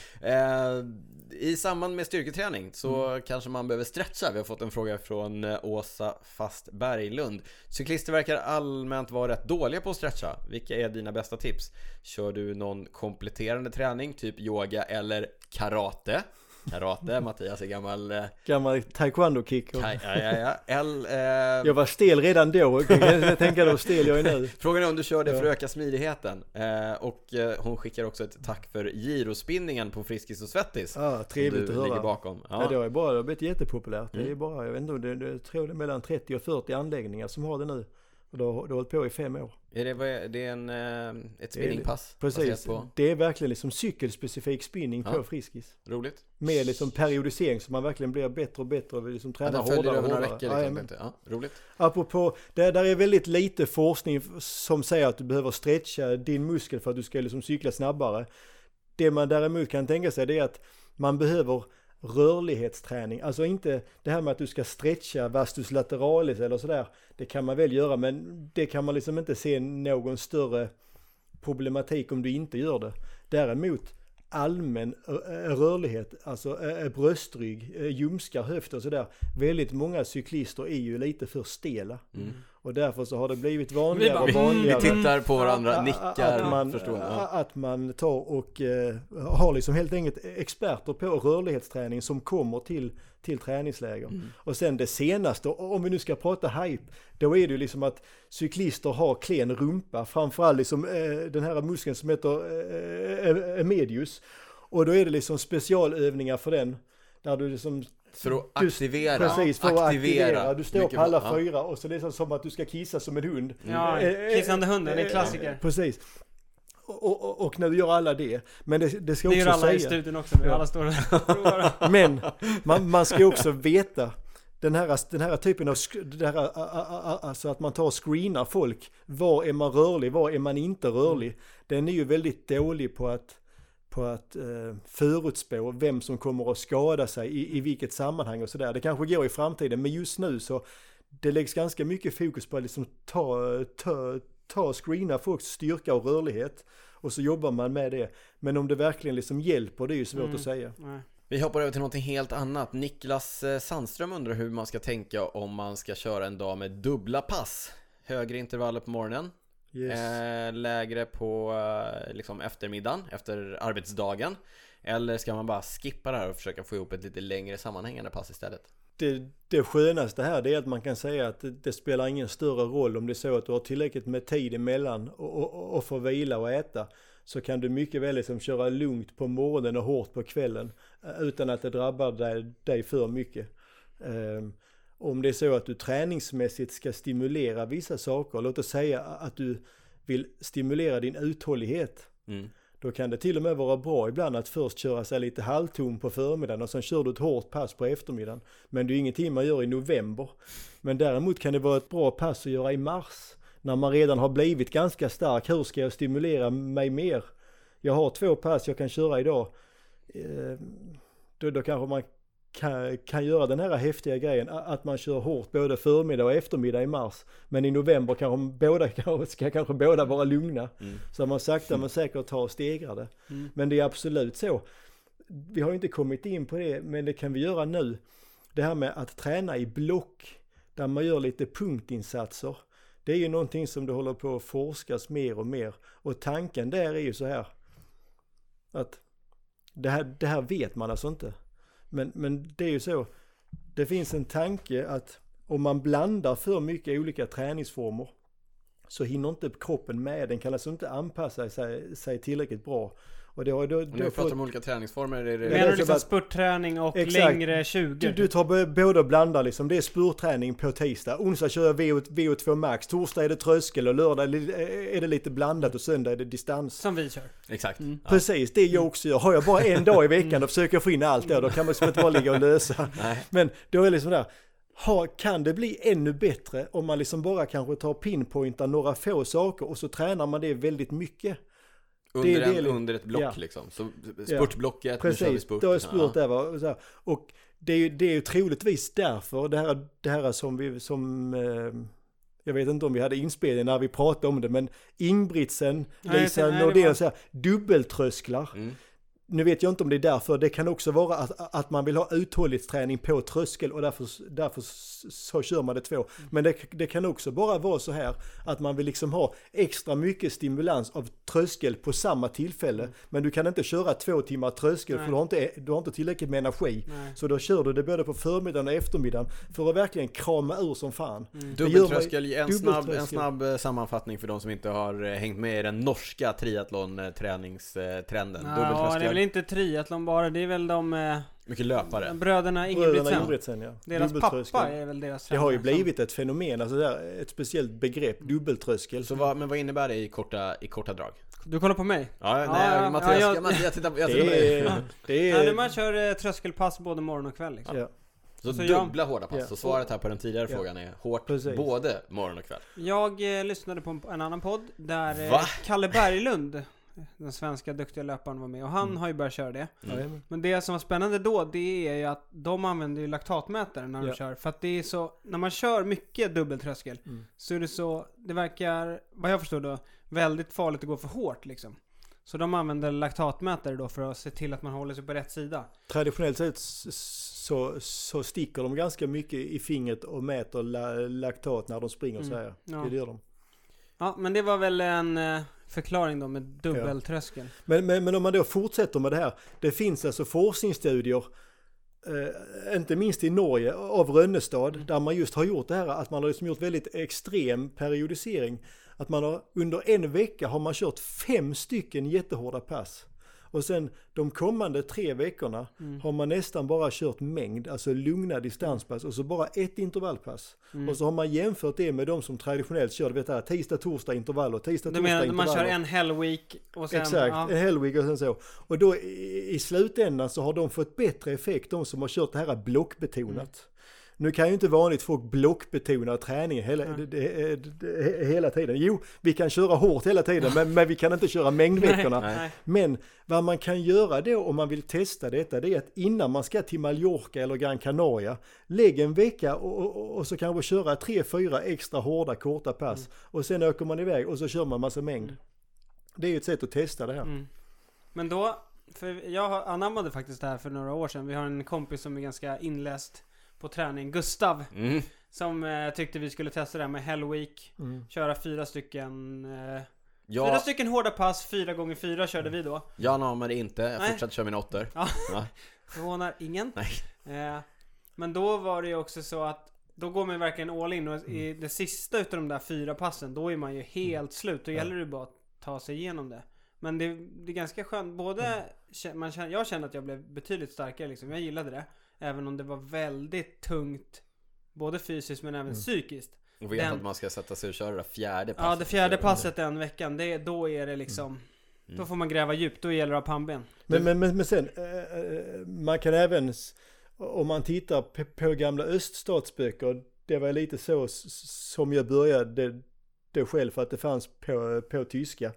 i samband med styrketräning så kanske man behöver stretcha. Vi har fått en fråga från Åsa Fastberglund. Cyklister verkar allmänt vara rätt dåliga på att stretcha. Vilka är dina bästa tips? Kör du någon kompletterande träning, typ yoga eller karate? Mattias är gammal taekwondo-kick. Jag var stel redan då. Jag tänker hur stel jag är nu. Frågan är om du kör det för att öka smidigheten. Och hon skickar också ett tack för girospinningen på Friskis och Svettis. Ja, trevligt att höra. Ligger bakom. Ja, det har blivit jättepopulärt. Det är bara, jag vet inte, jag tror det är mellan 30 och 40 anläggningar som har det nu. Och det har hållit på i 5 år. Är det ett spinningpass? Precis, på? Det är verkligen liksom cykelspecifik spinning på Friskis. Roligt. Med liksom periodisering så man verkligen blir bättre och bättre och liksom tränar hårdare och hårdare. Roligt. Apropå, där är väldigt lite forskning som säger att du behöver stretcha din muskel för att du ska liksom cykla snabbare. Det man däremot kan tänka sig det är att man behöver rörlighetsträning. Alltså inte det här med att du ska stretcha vastus lateralis eller sådär. Det kan man väl göra, men det kan man liksom inte se någon större problematik om du inte gör det. Däremot allmän rörlighet, alltså bröstrygg, ljumskar, höfter och sådär. Väldigt många cyklister är ju lite för stela. Och därför så har det blivit vanligare och vanligare. Vi tittar på varandra, nickar, att man tar och har liksom helt enkelt experter på rörlighetsträning som kommer till träningsläger. Och sen det senaste, om vi nu ska prata hype, då är det ju liksom att cyklister har klen rumpa, framförallt liksom den här muskeln som heter medius. Och då är det liksom specialövningar för den, där du liksom för att aktivera. Precis, för att aktivera. Du står på alla 4 och så är det som att du ska kissa som en hund. Ja, kissande hunden, det är klassiker. Precis. Och när du gör alla det. Men det ska det också alla säga. I studion också, med alla står där. Men man ska också veta den här typen av alltså att man tar och screenar folk. Var är man rörlig, var är man inte rörlig? Den är ju väldigt dålig på att förutspå vem som kommer att skada sig i vilket sammanhang och sådär. Det kanske går i framtiden, men just nu så det läggs ganska mycket fokus på att liksom ta screena folks styrka och rörlighet och så jobbar man med det. Men om det verkligen liksom hjälper, det är ju svårt att säga. Nej. Vi hoppar över till något helt annat. Niklas Sandström undrar hur man ska tänka om man ska köra en dag med dubbla pass. Högre intervaller på morgonen Yes. Lägre på liksom eftermiddagen, efter arbetsdagen. Eller ska man bara skippa det här och försöka få ihop ett lite längre sammanhängande pass istället? Det skönaste här det är att man kan säga att det spelar ingen större roll om det är så att du har tillräckligt med tid emellan och få vila och äta. Så kan du mycket väl liksom köra lugnt på morgonen och hårt på kvällen utan att det drabbar dig för mycket. Om det är så att du träningsmässigt ska stimulera vissa saker, låt oss säga att du vill stimulera din uthållighet. Då kan det till och med vara bra ibland att först köra sig lite halvtom på förmiddagen och sen kör du ett hårt pass på eftermiddagen. Men det är ingenting man gör i november. Men däremot kan det vara ett bra pass att göra i mars. När man redan har blivit ganska stark. Hur ska jag stimulera mig mer? Jag har 2 pass jag kan köra idag. Då kanske man kan göra den här häftiga grejen att man kör hårt både förmiddag och eftermiddag i mars. Men i november kanske båda vara lugna. Så man sakta men säkert tar och stegrar det. Men det är absolut så. Vi har ju inte kommit in på det, men det kan vi göra nu. Det här med att träna i block där man gör lite punktinsatser. Det är ju någonting som det håller på att forskas mer och mer. Och tanken där är ju så här. Att det här vet man alltså inte. Men det är ju så. Det finns en tanke att om man blandar för mycket olika träningsformer så hinner inte kroppen med. Den kan alltså inte anpassa sig tillräckligt bra. Och då när vi pratar om olika träningsformer är det... Menar du liksom spurtträning och exakt, längre 20? Du tar både och blandar liksom. Det är spurtträning på tisdag. Onsdag kör jag VO2 max. Torsdag är det tröskel och lördag är det lite blandat och söndag är det distans. Som vi kör. Exakt. Precis, det jag också gör. Har jag bara en dag i veckan och försöker få in allt där, då kan man liksom inte bara ligga och lösa. Nej. Men då är det liksom där. Kan det bli ännu bättre om man liksom bara kanske tar pinpointar några få saker och så tränar man det väldigt mycket. Under ett block liksom. Så spurtblocket, precis, nu kör vi spurt. Då är spurt där va? Och det är ju troligtvis därför det här som jag vet inte om vi hade inspelning när vi pratade om det, men Ingbritsen, Lisa Nordén och så här, dubbeltrösklar. Nu vet jag inte om det är därför. Det kan också vara att man vill ha uthållighetsträning på tröskel och därför så kör man det 2. Men det kan också bara vara så här att man vill liksom ha extra mycket stimulans av tröskel på samma tillfälle. Men du kan inte köra 2 timmar tröskel. Nej. För du har inte tillräckligt med energi. Nej. Så då kör du det både på förmiddagen och eftermiddagen för att verkligen krama ur som fan. Dubbeltröskel, en snabb sammanfattning för de som inte har hängt med i den norska triathlon-träningstrenden. Dubbeltröskel. Det är inte triathlon bara, det är väl de mycket löpare. Bröderna Ingebrigtsen, ja. Deras pappa är väl deras tränare. Det har ju blivit ett fenomen, alltså där, ett speciellt begrepp, dubbeltröskel. Så men vad innebär det i korta drag? Du kollar på mig? Mattias, jag tittar på dig. När man kör tröskelpass både morgon och kväll liksom. Ja. Så dubbla hårda pass. Så svaret här på den tidigare frågan är hårt både morgon och kväll. Jag lyssnade på en annan podd där Kalle Berglund, den svenska duktiga löparen, var med. Och han har ju börjat köra det. Men det som var spännande då, det är ju att de använder ju laktatmätare när de kör. För att det är så, när man kör mycket dubbeltröskel så är det så, det verkar, vad jag förstår då, väldigt farligt att gå för hårt liksom. Så de använder laktatmätare då för att se till att man håller sig på rätt sida. Traditionellt sett så sticker de ganska mycket i fingret och mäter laktat när de springer så här. Ja. Det gör de. Ja, men det var väl en förklaring då med dubbeltröskel. Men om man då fortsätter med det här. Det finns alltså forskningsstudier, inte minst i Norge, av Rönnestad, där man just har gjort det här, att man har liksom gjort väldigt extrem periodisering. Att man har, under en vecka har man kört 5 stycken jättehårda pass. Och sen de kommande 3 veckorna har man nästan bara kört mängd, alltså lugna distanspass, och så bara ett intervallpass. Och så har man jämfört det med de som traditionellt kör, vet du, tisdag, torsdag intervaller, tisdag, torsdag intervaller. Man kör en hell week och sen... Exakt, en hell week och sen så. Och då i slutändan så har de fått bättre effekt, de som har kört det här blockbetonat. Nu kan ju inte vanligt folk blockbetona träning hela tiden. Jo, vi kan köra hårt hela tiden, men vi kan inte köra mängdveckorna. Nej. Men vad man kan göra då om man vill testa detta, det är att innan man ska till Mallorca eller Gran Canaria, lägg en vecka och så kanske köra 3-4 extra hårda korta pass. Och sen åker man iväg och så kör man massa mängd. Det är ju ett sätt att testa det här. Men då, för jag anammade faktiskt det här för några år sedan. Vi har en kompis som är ganska inläst på träning, Gustav. som tyckte vi skulle testa det här med Hell Week. Köra 4 stycken hårda pass, 4x4 körde vi då. Jag namnade inte, jag fortsatte köra mina 8. Ja. Förvånar ingen. Nej. Men då var det ju också så att då går man verkligen all in, och i det sista utav de där 4 passen, då är man ju helt slut. Då gäller det bara att ta sig igenom det. Men det är ganska skönt. Jag kände att jag blev betydligt starkare liksom. Jag gillade det. Även om det var väldigt tungt, både fysiskt men även psykiskt. Och vet att man ska sätta sig och köra det 4:e passet. Ja, det 4:e passet den veckan, då är det liksom... Då får man gräva djupt, då gäller det att ha pannben. Men sen, man kan även, om man tittar på gamla öststatsböcker, det var lite så som jag började det själv, för att det fanns på tyska.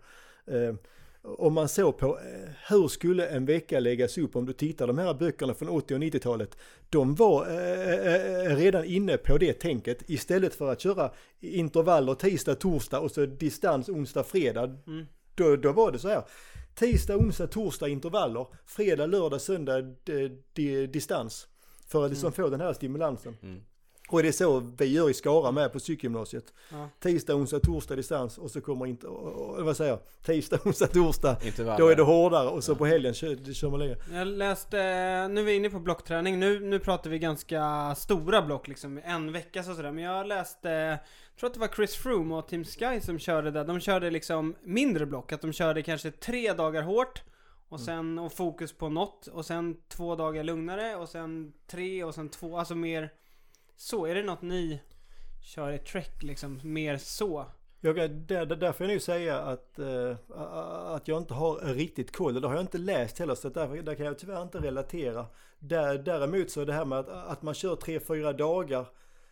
Om man såg på hur skulle en vecka läggas upp, om du tittar de här böckerna från 80- och 90-talet, de var redan inne på det tänket. Istället för att köra intervaller tisdag, torsdag och så distans onsdag, fredag. Då var det så här: tisdag, onsdag, torsdag intervaller, fredag, lördag, söndag distans, för att liksom få den här stimulansen. Och det är så vi gör i Skara med på psykgymnasiet. Tisdag, onsdag, torsdag distans, och så kommer inte, tisdag, onsdag, torsdag, då är det hårdare, och så på helgen kör man längre. Jag läste, nu är vi inne på blockträning, nu pratar vi ganska stora block liksom, en vecka så sådär. Men jag läste, jag tror att det var Chris Froome och Team Sky som körde det. De körde liksom mindre block, att de körde kanske 3 dagar hårt och sen och fokus på något, och sen 2 dagar lugnare, och sen 3 och sen 2, alltså mer. Så, är det något ni kör i Trek liksom, mer så? Där får jag nu säga att jag inte har riktigt koll, och det har jag inte läst heller, så där kan jag tyvärr inte relatera. Däremot så är det här med att man kör 3-4 dagar,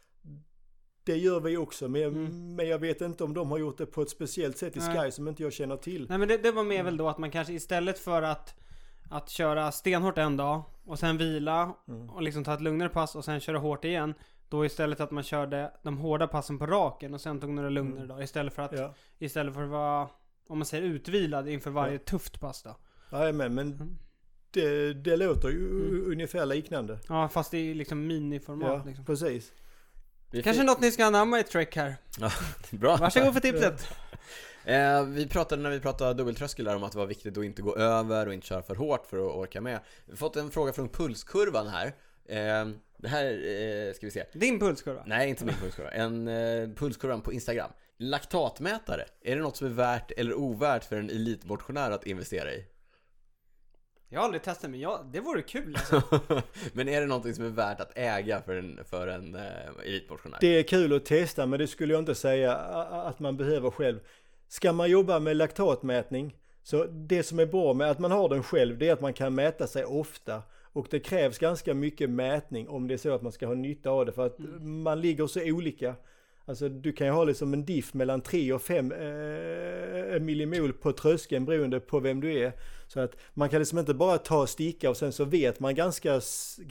det gör vi också, men jag vet inte om de har gjort det på ett speciellt sätt i Sky som inte jag känner till. Nej, men det var mer väl då att man kanske istället för att köra stenhårt en dag och sen vila och liksom ta ett lugnare pass och sen köra hårt igen, då istället att man körde de hårda passen på raken och sen tog några lugnare dagar, istället för att vara, om man säger, utvilad inför varje tufft pass då. Ja, men det låter ju ungefär liknande. Ja, fast det är liksom miniformat. Ja, liksom. Precis. Kanske något ni ska anamma i Trek här. Ja, bra. Varsågod för tipset. När vi pratade dubbeltröskel om att det var viktigt att inte gå över och inte köra för hårt för att orka med. Vi har fått en fråga från Pulskurvan här. Det här ska vi se. Din pulskurva? Nej, inte min pulskurva. En pulskurvan på Instagram. Laktatmätare. Är det något som är värt eller ovärt för en elitmotionär att investera i? Jag har aldrig testat, men det vore kul alltså. Men är det något som är värt att äga för en elitmotionär? Det är kul att testa, men det skulle jag inte säga att man behöver själv. Ska man jobba med laktatmätning, så det som är bra med att man har den själv, det är att man kan mäta sig ofta. Och det krävs ganska mycket mätning om det är så att man ska ha nytta av det, för att man ligger så olika. Alltså du kan ju ha liksom en diff mellan 3 och 5 millimol på tröskeln beroende på vem du är. Så att man kan liksom inte bara ta och sticka och sen så vet man ganska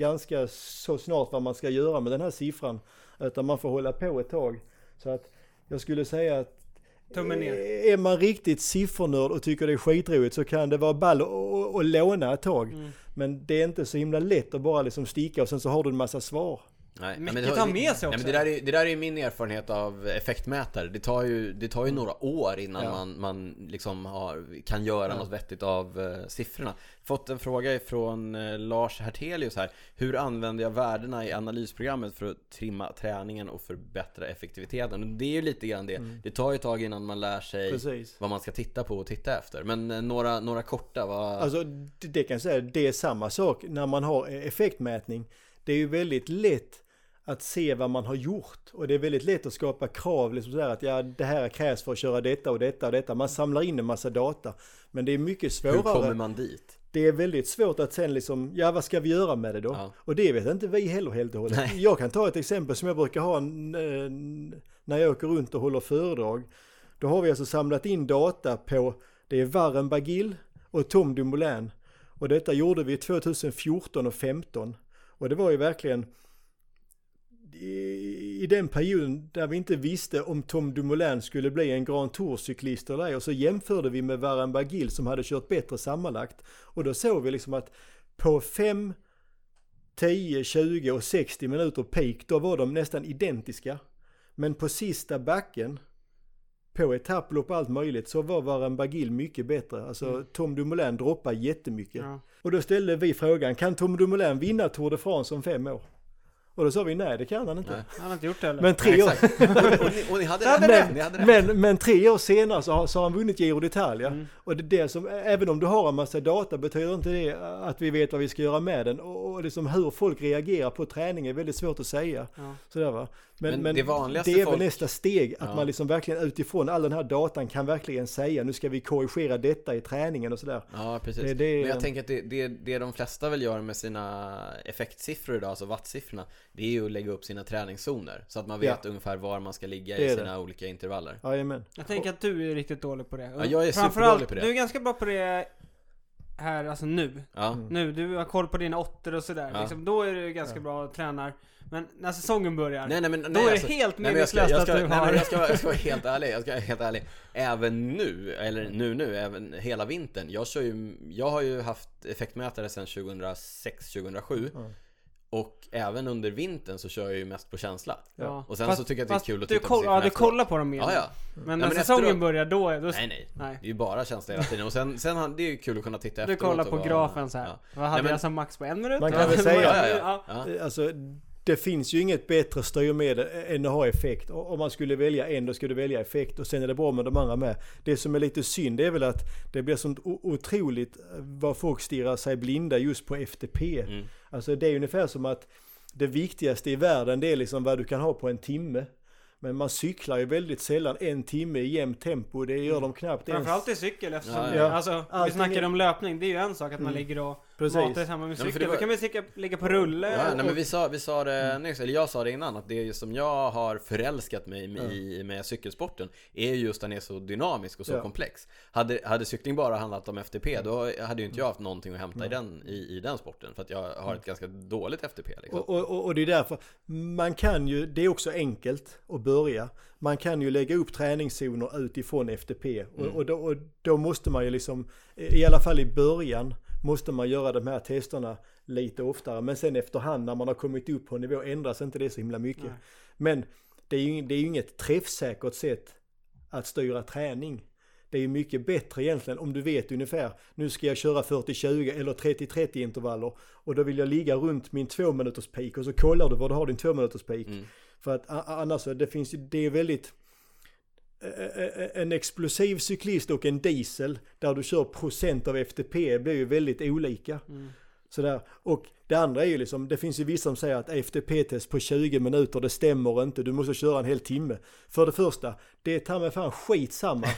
så snart vad man ska göra med den här siffran. Utan man får hålla på ett tag. Så att jag skulle säga att är man riktigt siffernörd och tycker det är skitroligt, så kan det vara ball och låna ett tag. Men det är inte så himla lätt att bara liksom sticka och sen så har du en massa svar. Nej, men det tar med sig också. Nej, men det där är min erfarenhet av effektmätare. Det tar ju några år innan man liksom kan göra något vettigt av siffrorna. Fått en fråga ifrån Lars Hertelius här. Hur använder jag värdena i analysprogrammet för att trimma träningen och förbättra effektiviteten? Och det är ju lite grann det. Det tar ju ett tag innan man lär sig vad man ska titta på och titta efter. Men några korta Alltså det kan jag säga, det är samma sak när man har effektmätning. Det är ju väldigt lätt att se vad man har gjort, och det är väldigt lätt att skapa krav liksom sådär, att det här krävs för att köra detta och detta och detta. Man samlar in en massa data, men det är mycket svårare. Hur kommer man dit? Det är väldigt svårt att sen liksom, vad ska vi göra med det då? Ja. Och det vet inte vi heller helt och hållet. Nej. Jag kan ta ett exempel som jag brukar ha när jag åker runt och håller föredrag. Då har vi alltså samlat in data på, det är Warren Barguil och Tom Dumoulin. Och detta gjorde vi 2014 och 2015. Och det var ju verkligen i den perioden där vi inte visste om Tom Dumoulin skulle bli en Grand Tour-cyklist eller ej, och så jämförde vi med Warren Barguil som hade kört bättre sammanlagt, och då såg vi liksom att på 10, 20 och 60 minuter peak, då var de nästan identiska. Men på sista backen, på etapplopp och allt möjligt, så var Warren Barguil mycket bättre. Alltså Tom Dumoulin droppar jättemycket. Ja. Och då ställde vi frågan, kan Tom Dumoulin vinna Tour de France om 5 år? Och då sa vi nej, det kan han inte. Nej. Han har inte gjort det heller. Men 3 år... och ni hade rätt. Men 3 år senare så har han vunnit Giro d'Italia. Och det som, även om du har en massa data, betyder inte det att vi vet vad vi ska göra med den. Och liksom hur folk reagerar på träning är väldigt svårt att säga. Ja. Sådär, va? Men det är väl nästa steg, att man liksom verkligen utifrån all den här datan kan verkligen säga, nu ska vi korrigera detta i träningen och sådär. Ja, precis. Men jag tänker att det de flesta vill göra med sina effektsiffror idag, alltså wattsiffrorna, det är ju att lägga upp sina träningszoner så att man vet ungefär var man ska ligga i sina olika intervaller. Jajamän. Jag tänker att du är riktigt dålig på det. Ja, jag är superdålig på det. Du är ganska bra på det här, alltså nu. Nu, du har koll på dina 8 och sådär. Ja. Liksom, då är du ganska bra och tränar. Men när säsongen börjar, då är det helt meningslöst att du har... Jag ska vara helt ärlig. Även nu, eller nu, även hela vintern. Jag har ju haft effektmätare sedan 2006-2007. Och även under vintern så kör jag ju mest på känsla. Ja. Och sen så tycker jag att det är kul att titta på siffrorna. Ja, du kollar på dem igen. Ja. Men när säsongen börjar då... Nej. Det är ju bara känsla hela tiden. Och sen det är ju kul att kunna titta efteråt. Du kollar på grafen så här. Vad hade jag som max på 1 minut? Man kan väl säga... Alltså, det finns ju inget bättre styrmedel än att ha effekt. Om man skulle välja en, då skulle du välja effekt. Och sen är det bra med de andra med. Det som är lite synd, det är väl att det blir sånt otroligt vad folk stirrar sig blinda just på FTP. Alltså det är ungefär som att det viktigaste i världen, det är liksom vad du kan ha på en timme. Men man cyklar ju väldigt sällan 1 timme i jämnt tempo. Det gör de knappt ens. Framförallt i cykel, eftersom alltså, vi snackar om löpning. Det är ju en sak att man ligger och matar samma med cykel. Då kan man ligga på rulle. Ja, nej, men vi sa det nyss, eller jag sa det innan, att det som jag har förälskat mig med cykelsporten är just att den är så dynamisk och så komplex. Hade cykling bara handlat om FTP, då hade ju inte jag haft någonting att hämta i den sporten. För att jag har ett ganska dåligt FTP. Liksom. Och det är därför man kan ju, det är också enkelt att börja. Man kan ju lägga upp träningszoner utifrån FTP. Och då måste man ju liksom, i alla fall i början, måste man göra de här testerna lite oftare. Men sen efterhand när man har kommit upp på nivå ändras inte det så himla mycket. Nej. Men det är ju inget träffsäkert sätt att styra träning. Det är ju mycket bättre egentligen om du vet ungefär, nu ska jag köra 40-20 eller 30-30 intervaller. Och då vill jag ligga runt min 2 minuters peak och så kollar du var du har din 2 minuters peak. För att annars, det är väldigt... En explosiv cyklist och en diesel där du kör procent av FTP blir ju väldigt olika. Sådär. Och det andra är ju liksom, det finns ju vissa som säger att FTP-test på 20 minuter, det stämmer inte, du måste köra en hel timme. För det första, det tar mig fan skitsamma.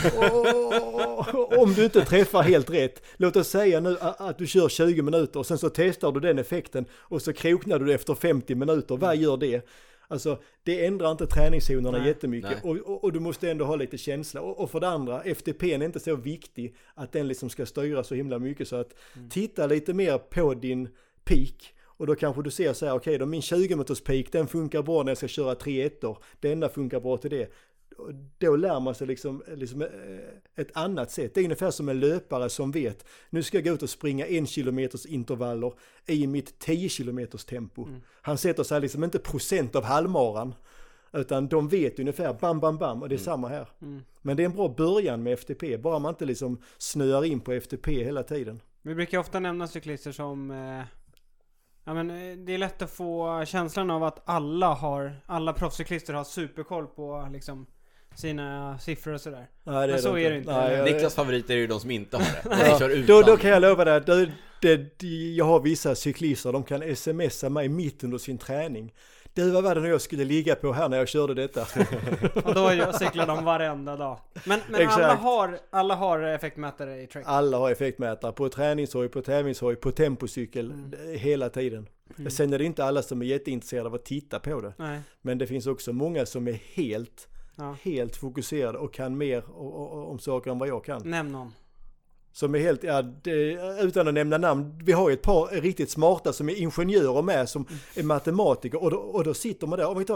Om du inte träffar helt rätt. Låt oss säga nu att du kör 20 minuter och sen så testar du den effekten och så kroknar du efter 50 minuter. Vad gör det? Alltså, det ändrar inte träningszonerna jättemycket. Och du måste ändå ha lite känsla. Och för det andra, FTP är inte så viktig att den liksom ska styra så himla mycket. Så att titta lite mer på din peak. Och då kanske du ser så här, okej, då min 20 minuters peak, den funkar bra när jag ska köra 3-1. Det enda funkar bra till det. Då lär man sig liksom ett annat sätt. Det är ungefär som en löpare som vet, nu ska jag gå ut och springa 1 kilometers intervaller i mitt 10 kilometers tempo. Han sätter sig liksom inte procent av halvmaran, utan de vet ungefär bam bam bam, och det är samma här. Men det är en bra början med FTP, bara man inte liksom snöar in på FTP hela tiden. Vi brukar ofta nämna cyklister som det är lätt att få känslan av att alla proffscyklister har superkoll på liksom sina siffror och sådär. Nej, men så är det inte. Niklas favoriter är ju de som inte har det. Då kan jag lova dig att jag har vissa cyklister, de kan smsa mig mitt under sin träning. Det var det jag skulle ligga på här när jag körde detta. Och då cyklar de varenda dag. Men alla har effektmätare i track. Alla har effektmätare på träningshoj, på tävlingshoj, på tempocykel hela tiden. Sen är det inte alla som är jätteintresserade av att titta på det. Nej. Men det finns också många som är helt fokuserade och kan mer om saker än vad jag kan. Nämn någon. Som är helt, utan att nämna namn, vi har ju ett par riktigt smarta som är ingenjörer med, som är matematiker, och då sitter man där, om vi tar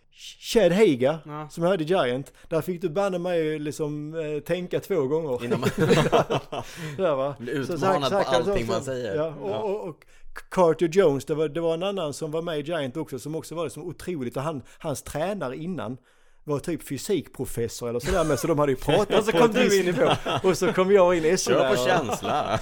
Chad Hager, Ja. som jag hade i Giant, där fick du banne mig liksom tänka 2 gånger. Innan man Där, va? blir utmanad på allting man säger. Ja, och Carter Jones, det var en annan som var med i Giant också, som också var liksom otroligt, och hans tränare innan var typ fysikprofessor eller sådär, men så de hade ju pratat och så på kom ett du visst in. nivå. Och så kom jag in i Kör på känsla.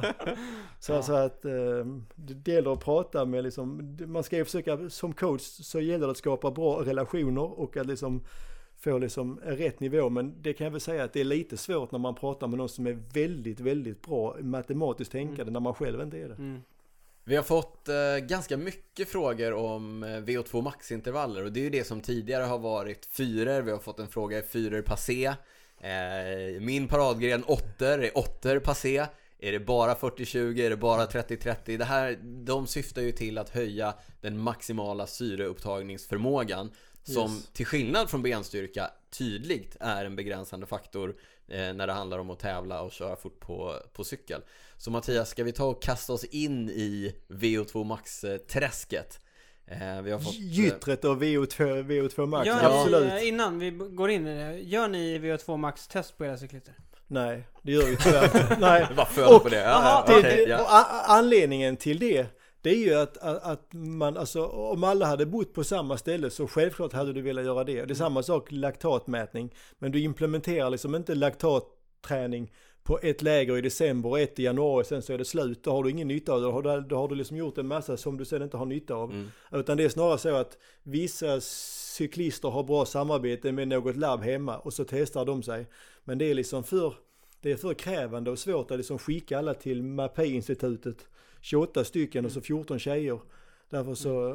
Så att det gäller att prata med liksom, man ska ju försöka, som coach så gäller det att skapa bra relationer och att liksom få liksom rätt nivå, men det kan jag väl säga att det är lite svårt när man pratar med någon som är väldigt, väldigt bra matematiskt tänkande när man själv inte är det. Vi har fått ganska mycket frågor om VO2 maxintervaller, och det är ju det som tidigare har varit 4. Vi har fått en fråga i 4 passé. Min paradgren 8 är 8 passé. Är det bara 40-20? Är det bara 30-30? De syftar ju till att höja den maximala syreupptagningsförmågan, som till skillnad från benstyrka tydligt är en begränsande faktor när det handlar om att tävla och köra fort på cykel. Så Mattias, ska vi ta och kasta oss in i VO2 max-träsket? Vi har fått Gyttret och VO2 max, absolut. Innan vi går in i det, gör ni VO2 max-test på era cyklister? Nej, det gör vi tyvärr. Nej. Bara föll på det. Anledningen till det är ju att man, alltså, om alla hade bott på samma ställe så självklart hade du velat göra det. Det är samma sak laktatmätning, men du implementerar liksom inte laktatträning på ett läger i december och ett i januari, sen så är det slut. Då har du ingen nytta av det. Då har du liksom gjort en massa som du sen inte har nytta av. Utan det är snarare så att vissa cyklister har bra samarbete med något labb hemma och så testar de sig. Men det är liksom för krävande och svårt att liksom skicka alla till MAPI-institutet. 28 stycken och så 14 tjejer. Därför så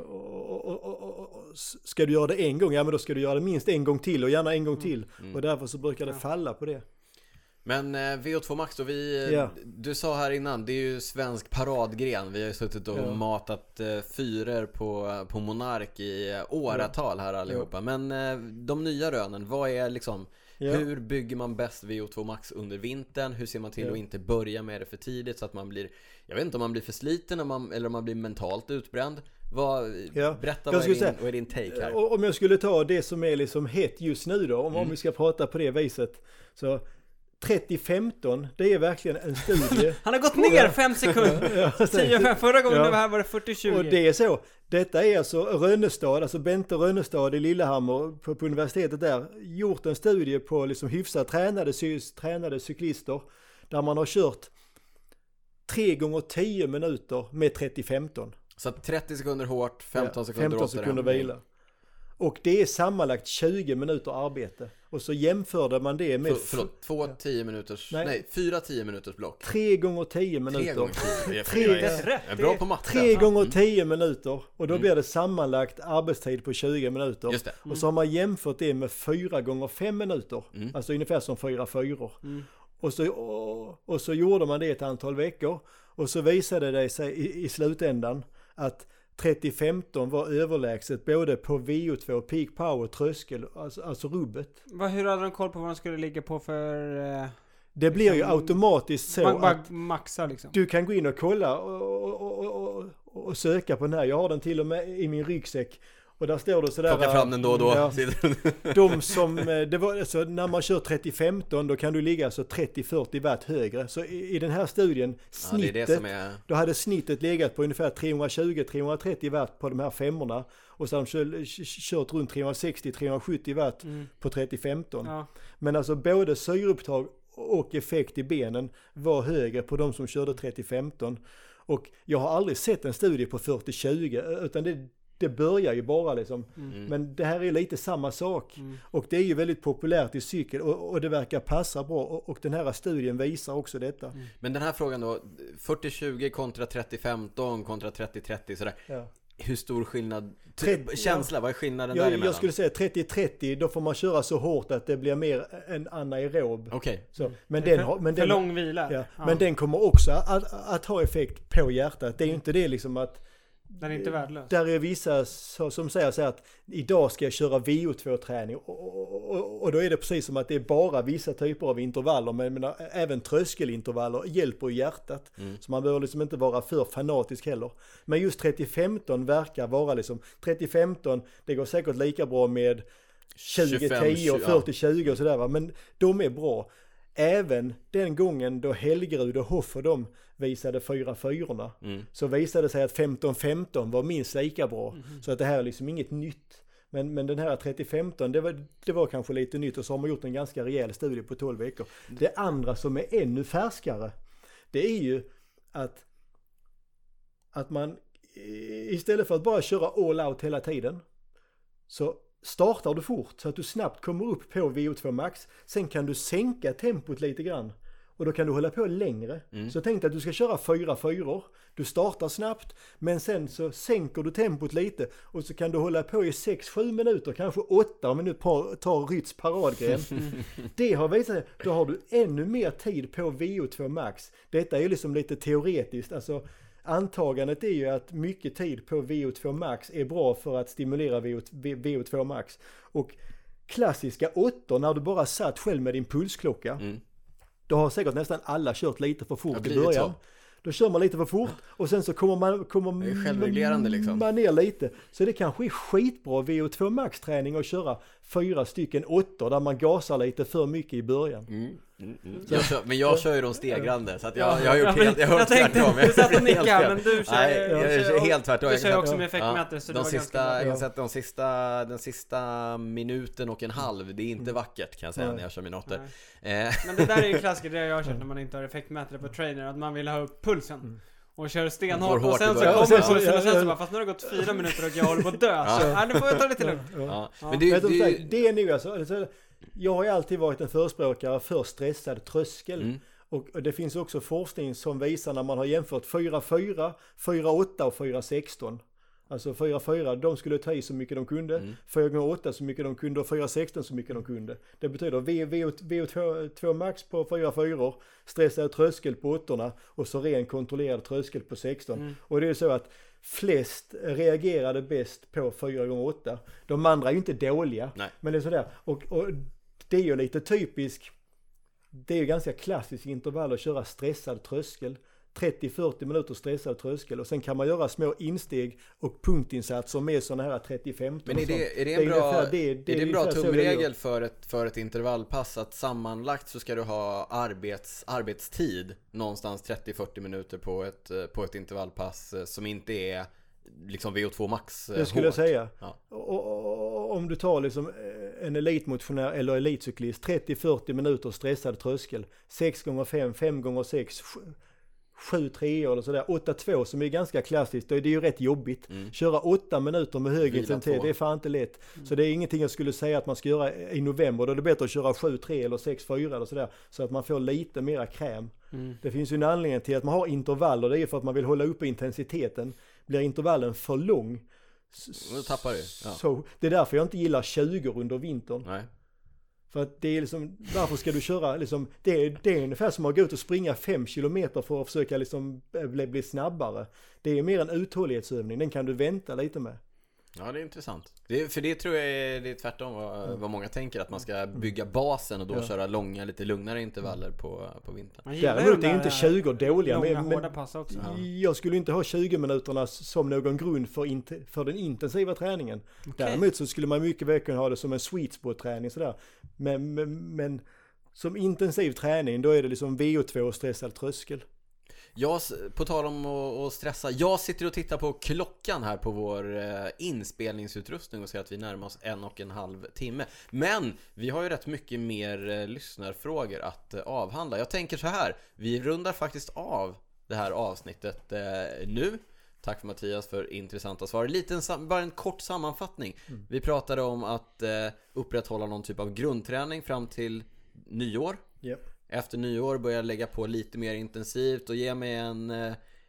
ska du göra det en gång, ja men då ska du göra det minst en gång till och gärna en gång till. Och därför så brukar det falla på det. Men VO2 max då, du sa här innan, det är ju svensk paradgren. Vi har ju suttit och matat 4 på Monark i åratal här allihopa. Men de nya rönen, vad är liksom, hur bygger man bäst VO2 max under vintern? Hur ser man till att inte börja med det för tidigt så att man blir, jag vet inte om man blir för sliten eller om man blir mentalt utbränd. Berätta vad är din take här? Om jag skulle ta det som är liksom hett just nu då, om vi ska prata på det viset, så 30-15, det är verkligen en studie. Han har gått ner 5 sekunder. 10-5, förra gången det här var det 40-20. Och det är så. Detta är alltså Rönnestad, alltså Bente Rönnestad i Lillehammer på universitetet där, gjort en studie på liksom hyfsat tränade cyklister där man har kört 3 gånger 10 minuter med 30-15. Så 30 sekunder hårt, 15 sekunder 15 sekunder vila. Och det är sammanlagt 20 minuter arbete. Och så jämförde man det med... Förlåt, 4 10 minuters block. 3 gånger 10 minuter. 3 gånger 10. Jag är bra på matte. 3 gånger 10 minuter. Och då blir det sammanlagt arbetstid på 20 minuter. Just det. Och så har man jämfört det med 4 gånger 5 minuter. Alltså ungefär som 4 fyror. Och så gjorde man det ett antal veckor. Och så visade det sig i slutändan att 30-15 var överlägset både på VO2, peak power, tröskel, alltså rubbet. Hur hade de koll på vad de skulle ligga på för... Det blir ju automatiskt så att maxa liksom. Du kan gå in och kolla och söka på den här. Jag har den till och med i min ryggsäck. Och där står det sådär... Plocka fram den då och då. Ja, de som... Det var, alltså, när man kör 30-15 då kan du ligga så 30-40 watt högre. Så i den här studien, snittet... Då hade snittet legat på ungefär 320-330 watt på de här 5orna. Och så har de kört runt 360-370 watt på 30-15. Ja. Men alltså både syreupptag och effekt i benen var högre på de som körde 30-15. Och jag har aldrig sett en studie på 40-20 utan det börjar ju bara liksom. Men det här är lite samma sak. Och det är ju väldigt populärt i cykel och det verkar passa bra. Och den här studien visar också detta. Men den här frågan då, 40-20 kontra 30-15 kontra 30-30 sådär. Ja. Hur stor skillnad? Känsla, vad är skillnaden däremellan? Jag skulle säga 30-30, då får man köra så hårt att det blir mer en anaerob. Okej. Men för lång vila. Ja. Men den kommer också att ha effekt på hjärtat. Det är ju inte det liksom att Den är inte värdelös. Där är vissa som säger så här att idag ska jag köra VO2-träning och då är det precis som att det är bara vissa typer av intervaller, men även tröskelintervaller hjälper hjärtat. Så man behöver liksom inte vara för fanatisk heller. Men just 30-15 verkar vara liksom, 30-15, det går säkert lika bra med 20-10 och 40-20 och sådär va, men de är bra. Även den gången då Helgerud och Hoff och de visade 4-4-orna så visade det sig att 15-15 var minst lika bra. Så att det här är liksom inget nytt. Men den här 30-15 det var kanske lite nytt, och så har man gjort en ganska rejäl studie på 12 veckor. Det andra som är ännu färskare, det är ju att man istället för att bara köra all out hela tiden så startar du fort så att du snabbt kommer upp på VO2 max. Sen kan du sänka tempot lite grann. Och då kan du hålla på längre. Så tänk dig att du ska köra 4-4. Du startar snabbt, men sen så sänker du tempot lite. Och så kan du hålla på i 6-7 minuter, kanske 8 om vi nu tar Rytts paradgren. Det har visat sig, då har du ännu mer tid på VO2 max. Detta är ju liksom lite teoretiskt. Alltså antagandet är ju att mycket tid på VO2 max är bra för att stimulera VO2 max. Och klassiska 8 när du bara satt själv med din pulsklocka. Då har säkert nästan alla kört lite för fort i början. Då kör man lite för fort och sen så kommer man liksom. Man ner lite. Så det kanske är skitbra VO2 max-träning att köra 4 stycken 8 där man gasar lite för mycket i början. Men jag kör ju de stegrande, så att jag har gjort helt, jag har hört tvärtom. Du satt och nickade, men du kör, jag kör helt tvärtom. Du kör också med effektmätare, så det var ganska jag har sett den sista minuten och en halv. Det är inte vackert kan jag säga när jag kör min 8. Men det där är ju klassiker, det jag har kört när man inte har effektmätare på trainer, att man vill ha upp pulsen och kör stenhårt och sen så kommer pulsen och sen så bara, fast nu har det gått 4 minuter och jag håller på att dö. Så nu får jag ta lite lugnt. Men det är nu alltså, jag har ju alltid varit en förespråkare för stressad tröskel. Och det finns också forskning som visar när man har jämfört 4-4, 4-8 och 4-16. Alltså 4-4, de skulle ta i så mycket de kunde. 4x8 så mycket de kunde och 4-16 så mycket de kunde. Det betyder VO2 max på 4-4, stressad tröskel på 8 och så ren kontrollerad tröskel på 16. Och det är så att flest reagerade bäst på 4x8. De andra är ju inte dåliga. Nej. Men det är sådär. Och det är ju lite typisk. Det är ju ganska klassiskt intervall att köra stressad tröskel. 30-40 minuter stressad tröskel. Och sen kan man göra små insteg och punktinsatser med sådana här 30-15. Men är det en bra tumregel för ett intervallpass att sammanlagt så ska du ha arbetstid någonstans 30-40 minuter på ett intervallpass som inte är liksom VO2 max det skulle jag säga. Och om du tar liksom en elitmotionär eller elitcyklist 30-40 minuter stressad tröskel 6x5, 5x6 7-3 eller sådär, 8-2 som är ganska klassiskt, det är ju rätt jobbigt. Köra 8 minuter med hög intensitet, det är fan inte lätt. Så det är ingenting jag skulle säga att man ska göra i november, då är det bättre att köra 7-3 eller 6-4 eller sådär, så att man får lite mera kräm. Det finns ju en anledning till att man har intervaller, det är för att man vill hålla uppe intensiteten. Blir intervallen för lång då tappar du. Så det är därför jag inte gillar 20 under vintern. Nej. För att det är liksom, varför ska du köra liksom, det är ungefär som att gå ut och springa 5 kilometer för att försöka liksom bli snabbare. Det är mer en uthållighetsövning, den kan du vänta lite med. Ja, det är intressant. För det tror jag det är tvärtom vad många tänker, att man ska bygga basen och då köra långa, lite lugnare intervaller på vintern. Däremot är inte 20 dåliga, men pass också. Jag skulle inte ha 20 minuterna som någon grund för den intensiva träningen. Okay. Däremot så skulle man mycket väl kunna ha det som en sweet spot träning sådär. Men som intensiv träning, då är det liksom VO2 och stressad tröskel. På tal om att stressa, jag sitter och tittar på klockan här på vår inspelningsutrustning och ser att vi närmar oss 1,5 timme. Men vi har ju rätt mycket mer lyssnarfrågor att avhandla. Jag tänker så här, vi rundar faktiskt av det här avsnittet nu. Tack för Mattias för intressanta svar. Bara en kort sammanfattning. Vi pratade om att upprätthålla någon typ av grundträning fram till nyår. Yep. Efter nyår börjar jag lägga på lite mer intensivt och ge mig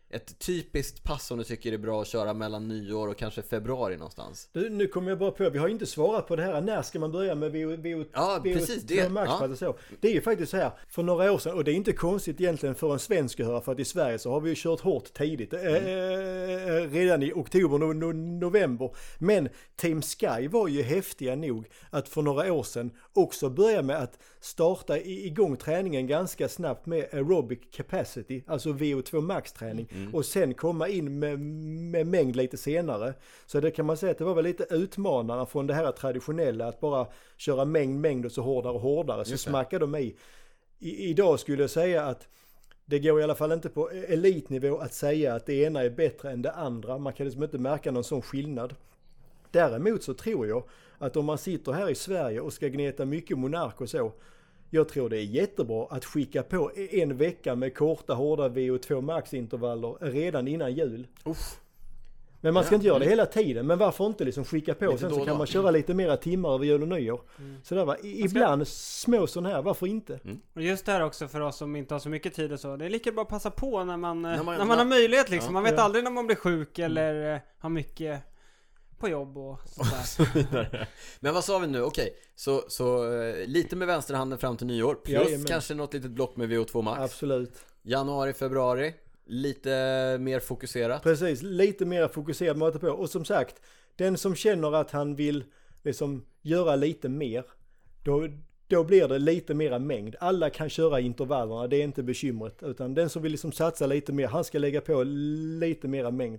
ett typiskt pass som du tycker är bra att köra mellan nyår och kanske februari någonstans? Nu kommer jag bara på, vi har inte svarat på det här. När ska man börja med precis, det. Max, så. Det är ju faktiskt så här, för några år sedan, och det är inte konstigt egentligen för en svensk att höra, för att i Sverige så har vi ju kört hårt tidigt. Redan i oktober, november. Men Team Sky var ju häftiga nog att för några år sedan också börja med att starta igång träningen ganska snabbt med aerobic capacity, alltså VO2 max-träning. Och sen komma in med mängd lite senare. Så det kan man säga att det var väl lite utmanande från det här traditionella att bara köra mängd och så hårdare. Så smackade de i. Idag skulle jag säga att det går i alla fall inte på elitnivå att säga att det ena är bättre än det andra. Man kan liksom inte märka någon sån skillnad. Däremot så tror jag att om man sitter här i Sverige och ska gneta mycket monark och så, jag tror det är jättebra att skicka på en vecka med korta, hårda VO2 max-intervaller redan innan jul. Men man ska inte göra det hela tiden. Men varför inte liksom skicka på och sen så kan man köra lite mera timmar över jul och nyår. Så där var ibland små sådana här, varför inte? Och just det här också för oss som inte har så mycket tid och så. Det är lika bra att passa på när man har möjlighet liksom. Man vet aldrig när man blir sjuk eller har mycket på jobb och sådär. Men vad sa vi nu? Okej, så lite med vänsterhanden fram till nyår. Plus kanske något litet block med VO2 max. Absolut. Januari, februari. Lite mer fokuserat. Precis, lite mer fokuserat möte på. Och som sagt, den som känner att han vill liksom göra lite mer, då blir det lite mera mängd. Alla kan köra intervallerna, det är inte bekymret. Utan den som vill liksom satsa lite mer, han ska lägga på lite mera mängd.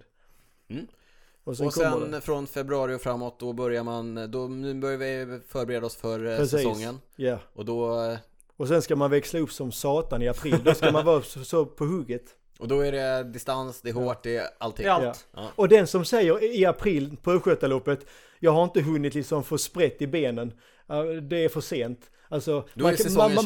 Och sen från februari och framåt, då börjar vi förbereda oss för säsongen. Yeah. Och sen ska man växla upp som satan i april. Då ska man vara så på hugget. Och då är det distans, det är hårt, det är allting. Det är allt. Ja. Och den som säger i april på Östgötaloppet, jag har inte hunnit liksom få sprätt i benen, det är för sent. Alltså, då är säsongen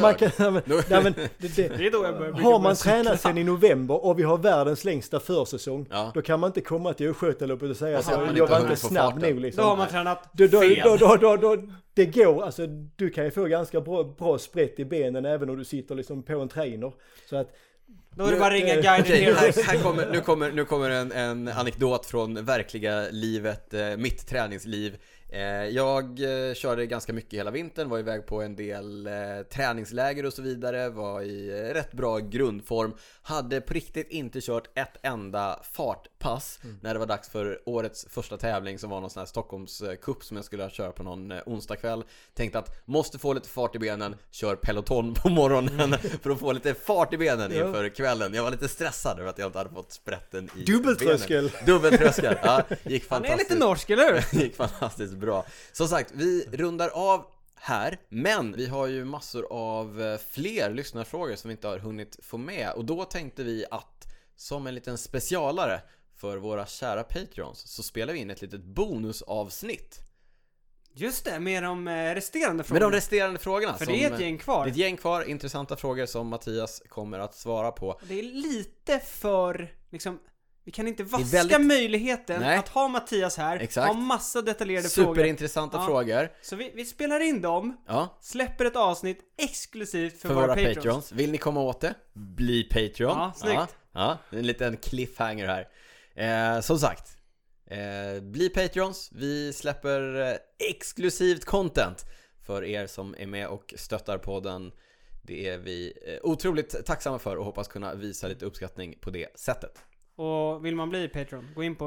körd. Har man tränat sen i november och vi har världens längsta försäsong, då kan man inte komma till Östgötaloppet och säga så jag var inte snabb nu liksom. Då har man tränat fel. Det går, alltså du kan ju få ganska bra sprätt i benen även om du sitter liksom på en trainer. Så att då är det bara att ringa guiden nu kommer en anekdot från verkliga livet, mitt träningsliv. Jag körde ganska mycket hela vintern, var iväg på en del träningsläger och så vidare, var i rätt bra grundform, hade på riktigt inte kört ett enda fartpass när det var dags för årets första tävling som var någon sån här Stockholmscup som jag skulle köra på någon onsdagkväll. Tänkte att måste få lite fart i benen, kör peloton på morgonen för att få lite fart i benen inför kvällen. Jag var lite stressad över att jag inte hade fått sprätten i dubbeltröskel. Dubbeltröskel, ja, gick fantastiskt. Han är lite norsk, eller hur? Gick fantastiskt bra. Som sagt, vi rundar av här, men vi har ju massor av fler lyssnarfrågor som vi inte har hunnit få med. Och då tänkte vi att som en liten specialare för våra kära Patreons så spelar vi in ett litet bonusavsnitt. Just det, med de resterande frågorna. Med de resterande frågorna. För det är ett gäng kvar. Det är ett gäng kvar, intressanta frågor som Mattias kommer att svara på. Det är lite för, liksom, vi kan inte vaska möjligheten att ha Mattias här. Exakt. Ha massa detaljerade frågor. Superintressanta frågor. Så vi spelar in dem. Släpper ett avsnitt exklusivt för våra Patreons. Vill ni komma åt det? Bli Patreon. Ja, snyggt. Ja, en liten cliffhanger här. Som sagt, bli Patreons. Vi släpper exklusivt content för er som är med och stöttar podden. Det är vi otroligt tacksamma för och hoppas kunna visa lite uppskattning på det sättet. Och vill man bli Patreon, gå in på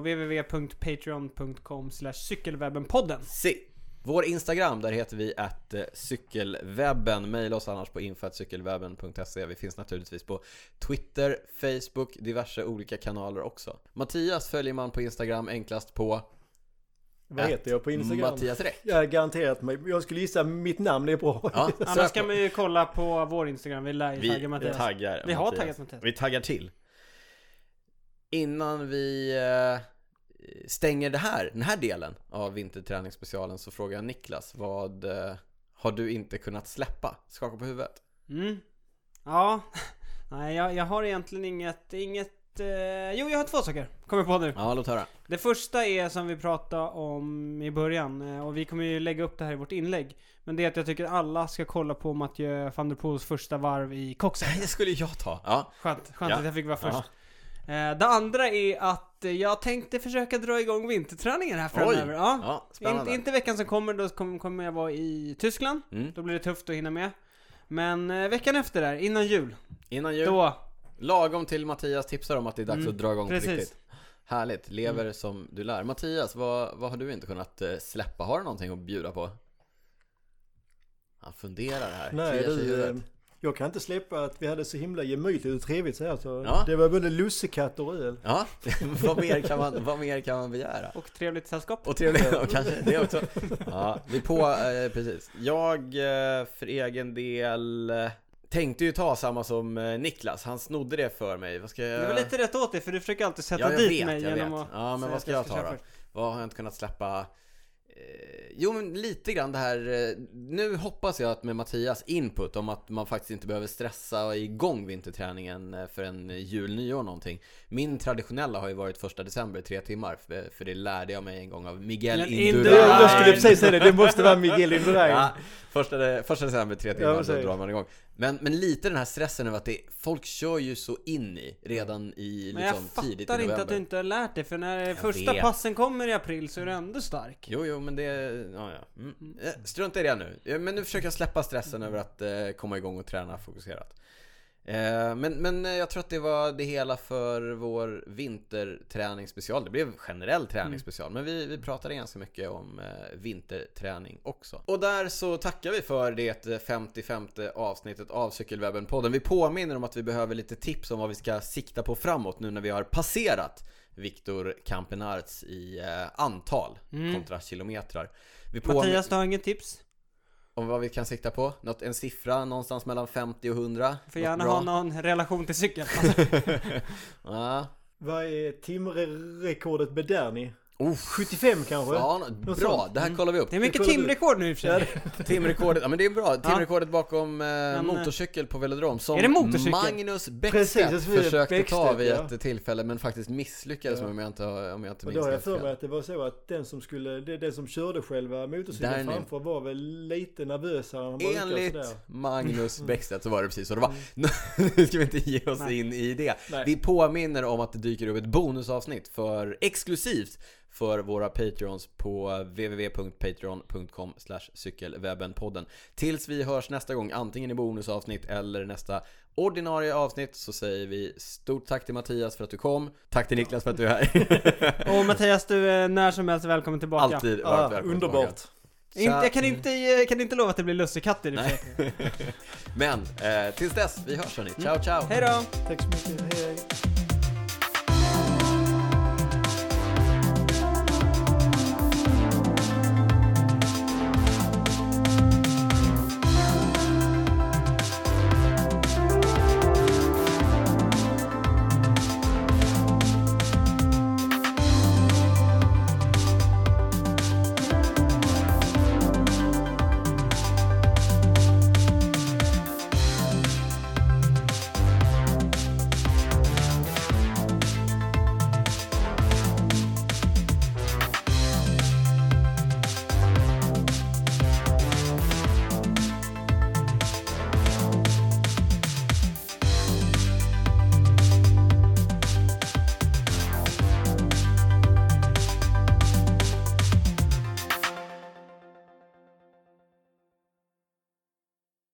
www.patreon.com/cykelwebbenpodden. Vår Instagram, där heter vi @cykelwebben. Maila oss annars på info@cykelwebben.se. Vi finns naturligtvis på Twitter, Facebook, diverse olika kanaler också. Mattias följer man på Instagram enklast på... Vad heter jag på Instagram? Mattias Räck. Jag har garanterat mig. Jag skulle gissa mitt namn är bra. Annars kan man ju kolla på vår Instagram. Vi taggar Mattias. Vi har taggat Mattias. Vi taggar till. Innan vi stänger den här delen av vinterträningsspecialen så frågar jag Niklas, vad har du inte kunnat släppa? Skaka på huvudet. Ja. Nej, jag har egentligen inget jo, jag har 2 saker. Kommer på nu. Ja, låt höra. Det första är som vi pratade om i början, och vi kommer ju lägga upp det här i vårt inlägg. Men det är att jag tycker alla ska kolla på Mathieu van der Poels första varv i Coxen. Det skulle jag ta. Ja. Skönt att jag fick vara först. Det andra är att jag tänkte försöka dra igång vinterträningen här framöver. Ja, spännande. Inte veckan som kommer, då kommer jag vara i Tyskland. Då blir det tufft att hinna med. Men veckan efter där, innan jul. Då. Lagom till Mattias tipsar om att det är dags att dra igång på Precis. riktigt. Härligt, lever som du lär. Mattias, vad har du inte kunnat släppa? Har du någonting att bjuda på? Han funderar här. Nej, jag kan inte släppa att vi hade så himla gemytligt och trevligt så här. Så Ja. det var både lussekatter och öl. Ja, vad mer kan man begära? Och trevligt sällskap. Och trevligt, och kanske det också. Ja, vi är på, precis. Jag för egen del tänkte ju ta samma som Niklas. Han snodde det för mig. Vad ska jag... Det var lite rätt åt dig, för du försöker alltid sätta jag dit vet, mig jag genom vet. att Ja, men säga vad att ska jag jag ska ta köra då? först. Vad har jag inte kunnat släppa? Jo, men lite grann det här. Nu hoppas jag att med Mattias input om att man faktiskt inte behöver stressa och igång vinterträningen för en jul-nyår någonting. Min traditionella har ju varit 1 december 3 timmar, för det lärde jag mig en gång av Miguel Indurain. Jag skulle precis säga det måste vara Miguel Indurain. Ja, 1 december 3 timmar, Ja, så drar man igång. Men lite den här stressen över att folk kör ju så in i redan i Men jag liksom, tidigt i fattar november. inte att du inte har lärt dig, för när första vet. passen kommer i april så är du ändå stark. Jo, men det... Ja. Strunt i det nu. Men nu försöker jag släppa stressen över att komma igång och träna fokuserat. Men jag tror att det var det hela för vår vinterträningsspecial. Det blev generell träningsspecial, men vi pratade ganska mycket om vinterträning också. Och där så tackar vi för det 55:e avsnittet av Cykelwebben-podden. Vi påminner om att vi behöver lite tips om vad vi ska sikta på framåt nu när vi har passerat Victor Campenaerts i antal kontra kilometrar. Mattias, du har ingen tips? Om vad vi kan sikta på? En siffra någonstans mellan 50 och 100. Får gärna ha någon relation till cykeln. Ja. Vad är timrekordet med Derni? 75 kanske? Ja, bra, det här kollar vi upp. Det är mycket timrekord nu i och för sig. Timrekordet, ja men det är bra. Timrekordet bakom motorcykel på velodrom som är det motorcykel? Magnus Bäckstedt Precis, försökte ta vid ja. ett tillfälle men faktiskt misslyckades om jag inte Och minns då har jag helt för mig fel. att det var så att den som körde själva motorcykeln Derni. framför var väl lite nervösare än han brukar, Enligt sådär. Magnus Bäckstedt så var det precis så det var. Nu ska vi inte ge oss in i det. Nej. Vi påminner om att det dyker upp ett bonusavsnitt exklusivt för våra Patreons på www.patreon.com/cykelwebbenpodden. Tills vi hörs nästa gång, antingen i bonusavsnitt eller nästa ordinarie avsnitt, så säger vi stort tack till Mattias för att du kom. Tack till Niklas för att du är här. Och Mattias, du är när som helst välkommen tillbaka. Alltid varmt välkommen Underbart. Jag kan inte lova att det blir lussekatter i Nej. Men tills dess, vi hörs hörni. Ciao, ciao. Hej då! Tack så mycket. Hej.